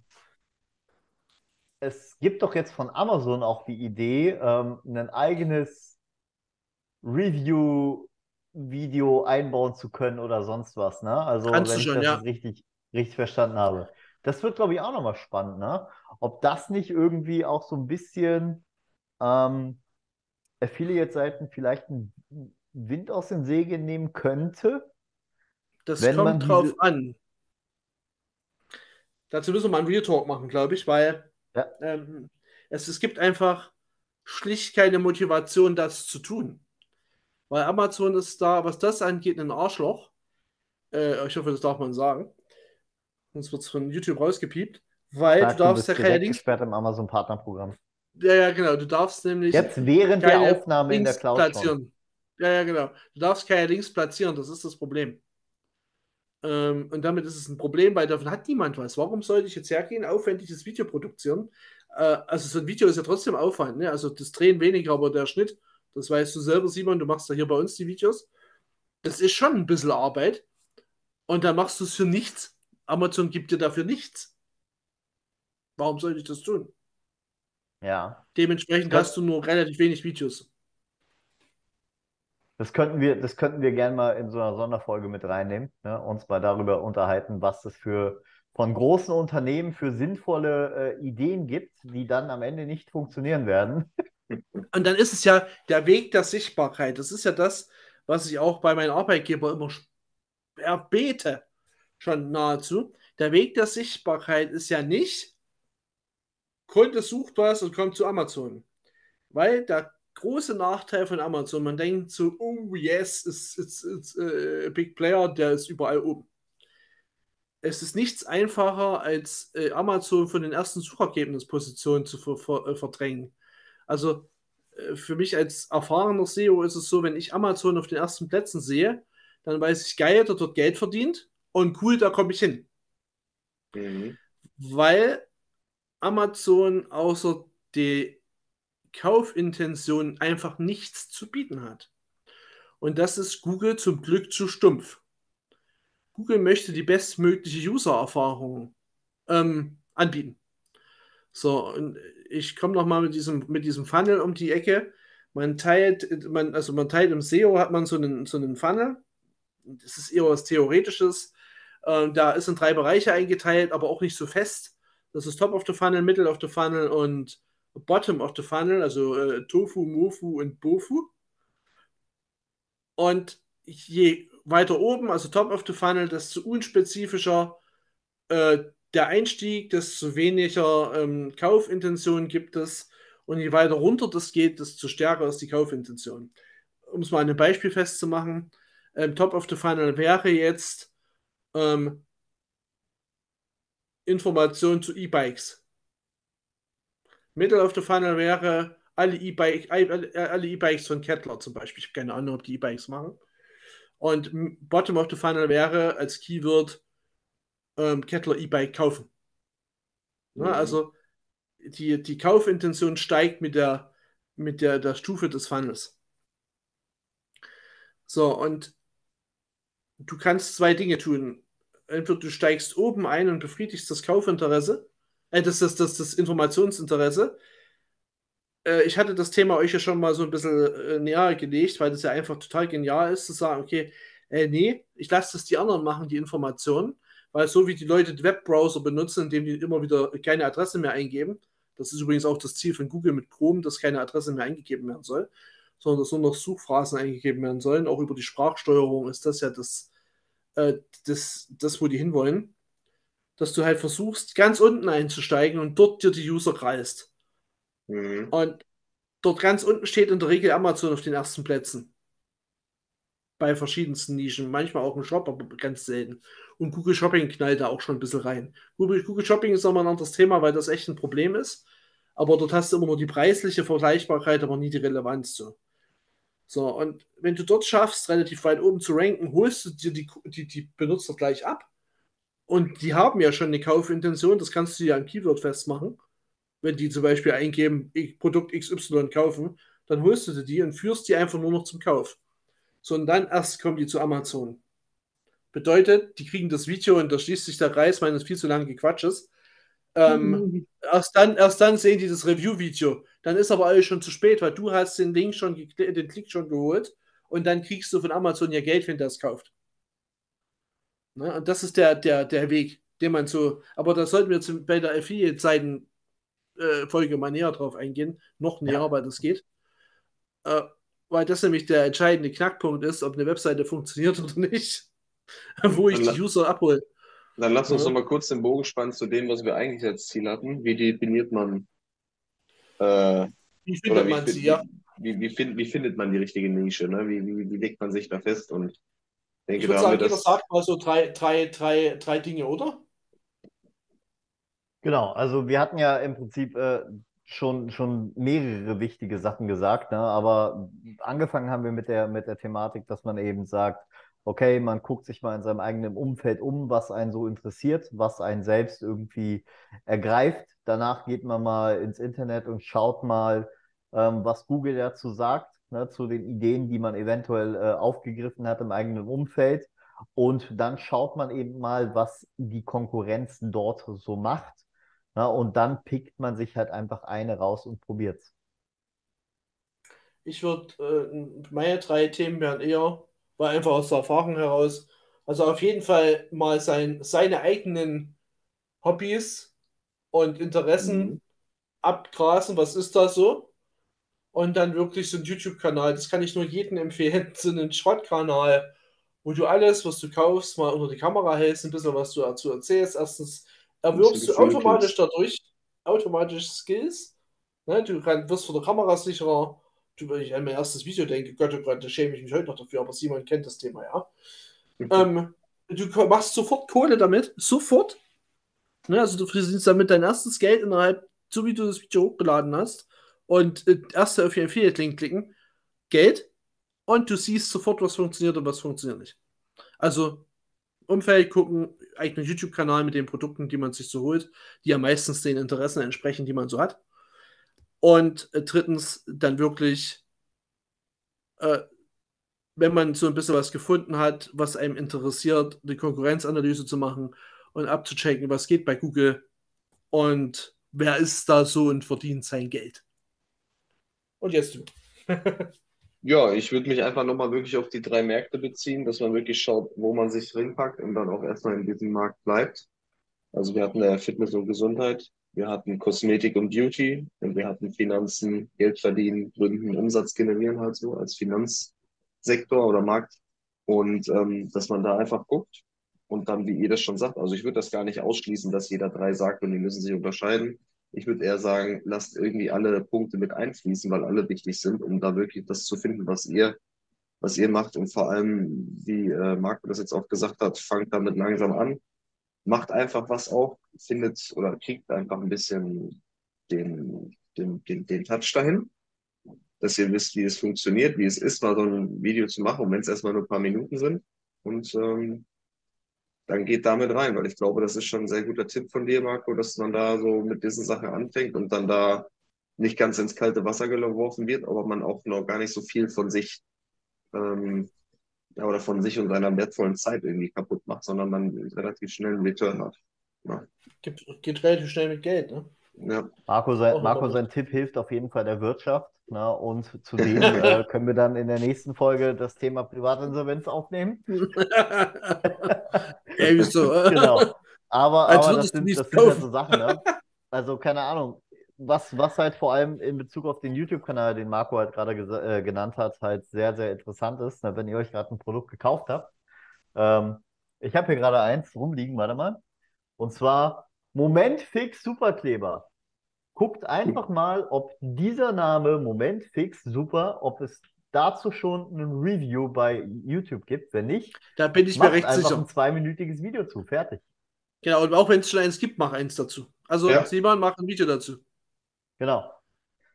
es gibt doch jetzt von Amazon auch die Idee, ähm, ein eigenes Review-Video einbauen zu können oder sonst was, ne? Also, kannst du wenn ich schon, das ja. jetzt richtig, richtig verstanden habe. Das wird, glaube ich, auch nochmal spannend, ne? Ob das nicht irgendwie auch so ein bisschen ähm, Affiliate-Seiten vielleicht einen Wind aus den Segeln nehmen könnte, Das wenn man kommt diese, drauf an. Dazu müssen wir mal einen Real Talk machen, glaube ich, weil ja, ähm, es, es gibt einfach schlicht keine Motivation, das zu tun. Weil Amazon ist da, was das angeht, ein Arschloch. Äh, ich hoffe, das darf man sagen. Sonst wird es von YouTube rausgepiept. Weil du sagt, du darfst ja bist keine direkt Links. gesperrt im Amazon-Partnerprogramm. Ja, ja, genau. Du darfst nämlich Jetzt während der keine Aufnahme in der Links Cloud schon. platzieren. Ja, ja, genau. Du darfst keine Links platzieren, das ist das Problem. Ähm, und damit ist es ein Problem, weil davon hat niemand was. Warum sollte ich jetzt hergehen, aufwendiges Video produzieren? Äh, also so ein Video ist ja trotzdem Aufwand, ne? Also das Drehen weniger, aber der Schnitt, das weißt du selber, Simon, du machst ja hier bei uns die Videos. Das ist schon ein bisschen Arbeit und dann machst du es für nichts. Amazon gibt dir dafür nichts. Warum sollte ich das tun? Ja. Das, Dementsprechend könnt, hast du nur relativ wenig Videos. das könnten wir, das könnten wir gerne mal in so einer Sonderfolge mit reinnehmen, ne? Uns mal darüber unterhalten, was es für von großen Unternehmen für sinnvolle äh, Ideen gibt, die dann am Ende nicht funktionieren werden. Und dann ist es ja der Weg der Sichtbarkeit. Das ist ja das, was ich auch bei meinem Arbeitgeber immer erbete, schon nahezu. Der Weg der Sichtbarkeit ist ja nicht, Kunde sucht was und kommt zu Amazon. Weil der große Nachteil von Amazon, man denkt so, oh yes, it's, it's, it's a big player, der ist überall oben. Es ist nichts einfacher, als äh, Amazon von den ersten Suchergebnispositionen zu ver ver äh, verdrängen. Also äh, für mich als erfahrener S E O ist es so, wenn ich Amazon auf den ersten Plätzen sehe, dann weiß ich, geil, der dort Geld verdient und cool, da komme ich hin. Mhm. Weil Amazon außer die Kaufintention einfach nichts zu bieten hat. Und das ist Google zum Glück zu stumpf. Google möchte die bestmögliche User-Erfahrung ähm, anbieten. So, und ich komme nochmal mit diesem, mit diesem Funnel um die Ecke. Man teilt, man, also man teilt im S E O hat man so einen, so einen Funnel. Das ist eher was Theoretisches. Ähm, da ist in drei Bereiche eingeteilt, aber auch nicht so fest. Das ist Top of the Funnel, Middle of the Funnel und Bottom of the Funnel, also äh, Tofu, Mofu und Bofu. Und je weiter oben, also Top of the Funnel, desto unspezifischer äh, der Einstieg, desto weniger ähm, Kaufintention gibt es. Und je weiter runter das geht, desto stärker ist die Kaufintention. Um es mal an einem Beispiel festzumachen, ähm, Top of the Funnel wäre jetzt ähm, Information zu E-Bikes. Middle of the Funnel wäre alle E-Bike, alle alle E-Bikes von Kettler zum Beispiel. Ich habe keine Ahnung, ob die E-Bikes machen. Und m- Bottom of the Funnel wäre als Keyword ähm, Kettler E-Bike kaufen. Ne? Mhm. Also die, die Kaufintention steigt mit der, mit der, der Stufe des Funnels. So, und du kannst zwei Dinge tun. Entweder du steigst oben ein und befriedigst das Kaufinteresse, äh, das, das, das, das Informationsinteresse. Äh, ich hatte das Thema euch ja schon mal so ein bisschen äh, näher gelegt, weil das ja einfach total genial ist, zu sagen, okay, äh, nee, ich lasse das die anderen machen, die Informationen, weil so wie die Leute die Webbrowser benutzen, indem die immer wieder keine Adresse mehr eingeben, das ist übrigens auch das Ziel von Google mit Chrome, dass keine Adresse mehr eingegeben werden soll, sondern dass nur noch Suchphrasen eingegeben werden sollen. Auch über die Sprachsteuerung ist das ja das, äh, das, das, wo die hinwollen, dass du halt versuchst, ganz unten einzusteigen und dort dir die User kreist. Mhm. Und dort ganz unten steht in der Regel Amazon auf den ersten Plätzen. Bei verschiedensten Nischen. Manchmal auch ein Shop, aber ganz selten. Und Google Shopping knallt da auch schon ein bisschen rein. Google, Google Shopping ist nochmal ein anderes Thema, weil das echt ein Problem ist. Aber dort hast du immer nur die preisliche Vergleichbarkeit, aber nie die Relevanz. So. So, und wenn du dort schaffst, relativ weit oben zu ranken, holst du dir die, die, die Benutzer gleich ab. Und die haben ja schon eine Kaufintention, das kannst du ja am Keyword festmachen. Wenn die zum Beispiel eingeben, ich Produkt X Y kaufen, dann holst du dir die und führst die einfach nur noch zum Kauf. So, und dann erst kommen die zu Amazon. Bedeutet, die kriegen das Video und da schließt sich der Kreis meines viel zu langen Gequatsches. Ähm, Mhm. erst dann, erst dann sehen die das Review-Video. Dann ist aber alles schon zu spät, weil du hast den Link schon, gekl- den Klick schon geholt und dann kriegst du von Amazon ja Geld, wenn der es kauft. Ne? Und das ist der, der, der Weg, den man so, aber da sollten wir jetzt bei der Affiliate-Seiten äh, Folge mal näher drauf eingehen, noch näher, Ja, weil das geht. Äh, weil das nämlich der entscheidende Knackpunkt ist, ob eine Webseite funktioniert oder nicht, wo ich Dann, die la- User abhole. dann lass uns noch Ja. mal kurz den Bogen spannen zu dem, was wir eigentlich als Ziel hatten. Wie definiert man äh, Wie oder findet wie, man fi- sie, ja? wie, wie, wie, find, wie findet man die richtige Nische? Ne? Wie, wie, wie legt man sich da fest? Und ich Ich denke, würde da haben wir sagen, jeder das. sagt mal so drei, drei, drei, drei Dinge, oder? genau. Also wir hatten ja im Prinzip äh, schon, schon mehrere wichtige Sachen gesagt, ne? Aber angefangen haben wir mit der, mit der Thematik, dass man eben sagt, okay, man guckt sich mal in seinem eigenen Umfeld um, was einen so interessiert, was einen selbst irgendwie ergreift. Danach geht man mal ins Internet und schaut mal, ähm, was Google dazu sagt, ne, zu den Ideen, die man eventuell äh, aufgegriffen hat im eigenen Umfeld. Und dann schaut man eben mal, was die Konkurrenz dort so macht. Na, und dann pickt man sich halt einfach eine raus und probiert's. Ich würde, äh, meine drei Themen wären eher, weil einfach aus der Erfahrung heraus, also auf jeden Fall mal sein, seine eigenen Hobbys und Mhm. Interessen abgrasen, was ist da so? Und dann wirklich so ein YouTube-Kanal, das kann ich nur jedem empfehlen, so einen Schrottkanal, wo du alles, was du kaufst, mal unter die Kamera hältst, ein bisschen was du dazu erzählst. Erstens Ein bisschen erwirbst du automatisch gefilmkilst. dadurch automatisch Skills. Ne? Du kann, wirst vor der Kamera sicherer. Du, wenn ich an mein erstes Video denke, Gott, oh Gott, da schäme ich mich heute noch dafür, aber Simon kennt das Thema, ja. Ähm, du machst sofort Kohle damit, sofort. Ne? Also du verdienst damit dein erstes Geld innerhalb, so wie du das Video hochgeladen hast. Und äh, erst auf den Affiliate-Link klicken, Geld. Und du siehst sofort, was funktioniert und was funktioniert nicht. Also Umfeld gucken, eigenen YouTube-Kanal mit den Produkten, die man sich so holt, die ja meistens den Interessen entsprechen, die man so hat. Und äh, drittens dann wirklich, äh, wenn man so ein bisschen was gefunden hat, was einem interessiert, eine Konkurrenzanalyse zu machen und abzuchecken, was geht bei Google und wer ist da so und verdient sein Geld. Und jetzt du. Ja, ich würde mich einfach nochmal wirklich auf die drei Märkte beziehen, dass man wirklich schaut, wo man sich reinpackt und dann auch erstmal in diesem Markt bleibt. Also wir hatten äh, Fitness und Gesundheit, wir hatten Kosmetik und Beauty und wir hatten Finanzen, Geld verdienen, gründen, Umsatz generieren halt so als Finanzsektor oder Markt. Und ähm, dass man da einfach guckt und dann, wie ihr das schon sagt, also ich würde das gar nicht ausschließen, dass jeder drei sagt und die müssen sich unterscheiden. Ich würde eher sagen, lasst irgendwie alle Punkte mit einfließen, weil alle wichtig sind, um da wirklich das zu finden, was ihr, was ihr macht. Und vor allem, wie äh, Marco das jetzt auch gesagt hat, fangt damit langsam an, macht einfach was auf, findet oder kriegt einfach ein bisschen den, den, den, den Touch dahin. dass ihr wisst, wie es funktioniert, wie es ist, mal so ein Video zu machen, und wenn es erstmal nur ein paar Minuten sind. Und ähm, dann geht damit rein, weil ich glaube, das ist schon ein sehr guter Tipp von dir, Marco, dass man da so mit diesen Sachen anfängt und dann da nicht ganz ins kalte Wasser geworfen wird, aber man auch noch gar nicht so viel von sich ähm, ja, oder von sich und seiner wertvollen Zeit irgendwie kaputt macht, sondern man relativ schnell einen Return hat. Ja. Geht, geht relativ schnell mit Geld, ne? Ja. Marco, sein, Auch Marco, immer sein Tipp hilft auf jeden Fall der Wirtschaft. Ne? Und zudem äh, können wir dann in der nächsten Folge das Thema Privatinsolvenz aufnehmen. Ey, wieso? Genau. Aber, Als aber das würdest du sind, nichts das sind halt kaufen. so Sachen, ne? Also keine Ahnung. Was, was halt vor allem in Bezug auf den YouTube-Kanal, den Marco halt gerade gesa- äh, genannt hat, halt sehr, sehr interessant ist, ne? Wenn ihr euch gerade ein Produkt gekauft habt. Ähm, ich habe hier gerade eins rumliegen, warte mal. Und zwar Moment Fix Superkleber. Guckt einfach mal, ob dieser Name Moment Fix Super, ob es dazu schon ein Review bei YouTube gibt. Wenn nicht, Da bin ich mir macht recht einfach ein sicher. zweiminütiges Video zu. Fertig. Genau, und auch wenn es schon eins gibt, mach eins dazu. Also, Ja. Simon, mach ein Video dazu. Genau.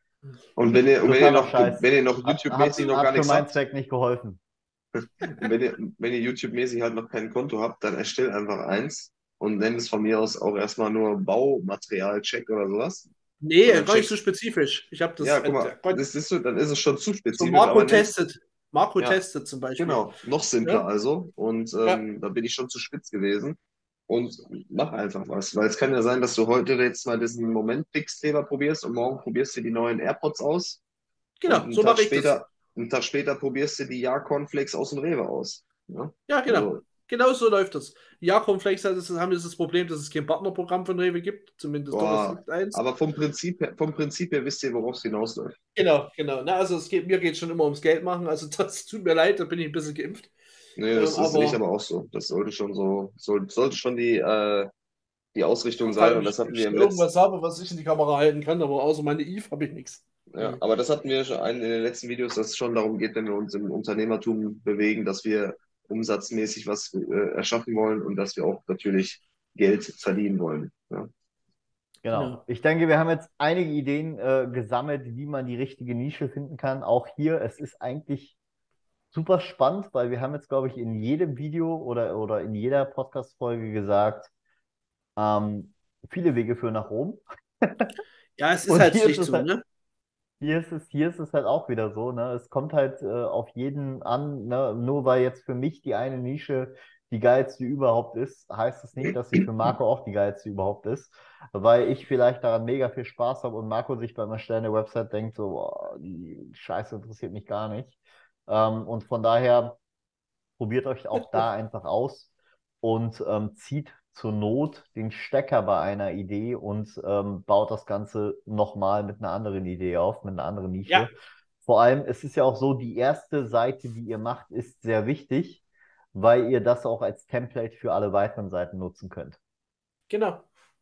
Und wenn ihr, und wenn ihr Totaler noch, Scheiß. wenn ihr noch Hat, hat, YouTube-mäßig noch hat gar für nichts meinen habt, Zweck nicht geholfen. und wenn ihr, wenn ihr YouTube-mäßig halt noch kein Konto habt, dann erstellt einfach eins und nennt es von mir aus auch erstmal nur Baumaterial-Check oder sowas. Und Nee, dann gar nicht so checkst, spezifisch. Ich habe das. ja, guck Äh, mal, das ist so, dann ist es schon zu so spezifisch, Marco aber nennt, testet. Marco ja, testet zum Beispiel. genau, noch simpler Ja? also. Und Ja, ähm, da bin ich schon zu spitz gewesen. Und mach einfach was. Weil es kann ja sein, dass du heute jetzt mal diesen Moment-Fix-Kleber probierst und morgen probierst du die neuen AirPods aus. Und genau, einen so Tag mache ich das. später, einen Tag später probierst du die Ja-Cornflakes aus dem Rewe aus. Ja? Ja, genau. Also, Genau so läuft das. Ja, Cornflakes hat es- haben jetzt das Problem, dass es kein Partnerprogramm von Rewe gibt. Zumindest doch, es boah, gibt eins. aber vom Prinzip her, vom Prinzip her wisst ihr, worauf es hinausläuft. Genau, genau. Na, also es geht, mir geht es schon immer ums Geld machen. Also das tut mir leid, da bin ich ein bisschen geimpft. Nee, Ähm, das ist ich aber aber auch so. Das sollte schon so, soll, sollte schon die, äh, die Ausrichtung vor sein. allem, Und das ich, hatten ich wir schon im letzten, irgendwas habe, was ich in die Kamera halten kann, aber außer meine Eve habe ich nichts. ja, aber das hatten wir schon in den letzten Videos, dass es schon darum geht, wenn wir uns im Unternehmertum bewegen, dass wir umsatzmäßig was äh, erschaffen wollen und dass wir auch natürlich Geld verdienen wollen. Ja. Genau. Genau. Ich denke, wir haben jetzt einige Ideen äh, gesammelt, wie man die richtige Nische finden kann. Auch hier, es ist eigentlich super spannend, weil wir haben jetzt, glaube ich, in jedem Video oder, oder in jeder Podcast-Folge gesagt, ähm, viele Wege führen nach Rom. Ja, es ist Und halt hier ist schlicht es so, halt, ne? hier ist es, hier ist es halt auch wieder so, ne? Es kommt halt äh, auf jeden an, ne? Nur weil jetzt für mich die eine Nische die geilste überhaupt ist, heißt es nicht, dass sie für Marco auch die geilste überhaupt ist. Weil ich vielleicht daran mega viel Spaß habe und Marco sich beim Erstellen der Website denkt, so, boah, die Scheiße interessiert mich gar nicht. Ähm, und von daher probiert euch auch da einfach aus und ähm, zieht zur Not den Stecker bei einer Idee und ähm, baut das Ganze nochmal mit einer anderen Idee auf, mit einer anderen Ja, Nische. Vor allem, es ist ja auch so, die erste Seite, die ihr macht, ist sehr wichtig, weil ihr das auch als Template für alle weiteren Seiten nutzen könnt. genau.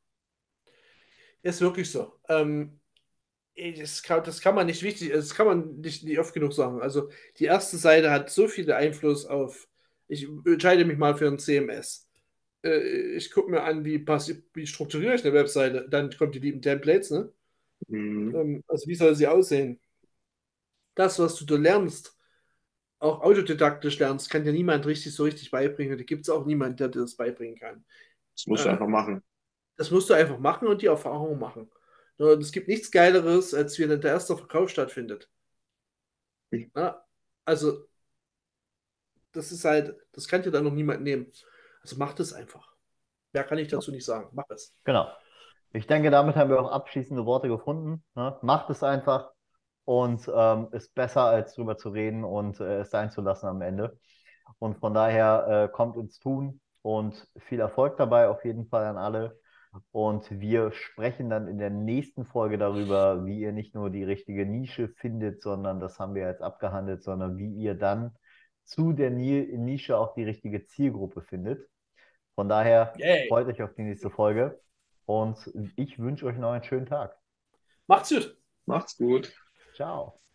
Ist wirklich so. Ähm, ey, das kann, das kann man nicht wichtig, das kann man nicht, nicht oft genug sagen. Also die erste Seite hat so viel Einfluss auf, ich entscheide mich mal für ein C M S. Äh, ich gucke mir an, wie, passi- wie strukturiere ich eine Webseite. Dann kommt die lieben Templates, ne? Mhm. Ähm, also wie soll sie aussehen? Das, was du da lernst, auch autodidaktisch lernst, kann dir niemand richtig so richtig beibringen. Da gibt es auch niemanden, der dir das beibringen kann. Das musst du Äh, einfach machen. Das musst du einfach machen und die Erfahrung machen. Und es gibt nichts Geileres, als wenn der erste Verkauf stattfindet. Ja? Also, das ist halt, das kann dir dann noch niemand nehmen. Also mach das einfach. Mehr kann ich dazu nicht sagen. Mach es. Genau. Ich denke, damit haben wir auch abschließende Worte gefunden. Ne? Macht es einfach und ähm, ist besser, als drüber zu reden und äh, es sein zu lassen am Ende. Und von daher äh, kommt ins Tun und viel Erfolg dabei auf jeden Fall an alle. Und wir sprechen dann in der nächsten Folge darüber, wie ihr nicht nur die richtige Nische findet, sondern das haben wir jetzt abgehandelt, sondern wie ihr dann zu der Ni- Nische auch die richtige Zielgruppe findet. Von daher Yay. freut euch auf die nächste Folge und ich wünsche euch noch einen schönen Tag. Macht's gut. Macht's gut. Ciao.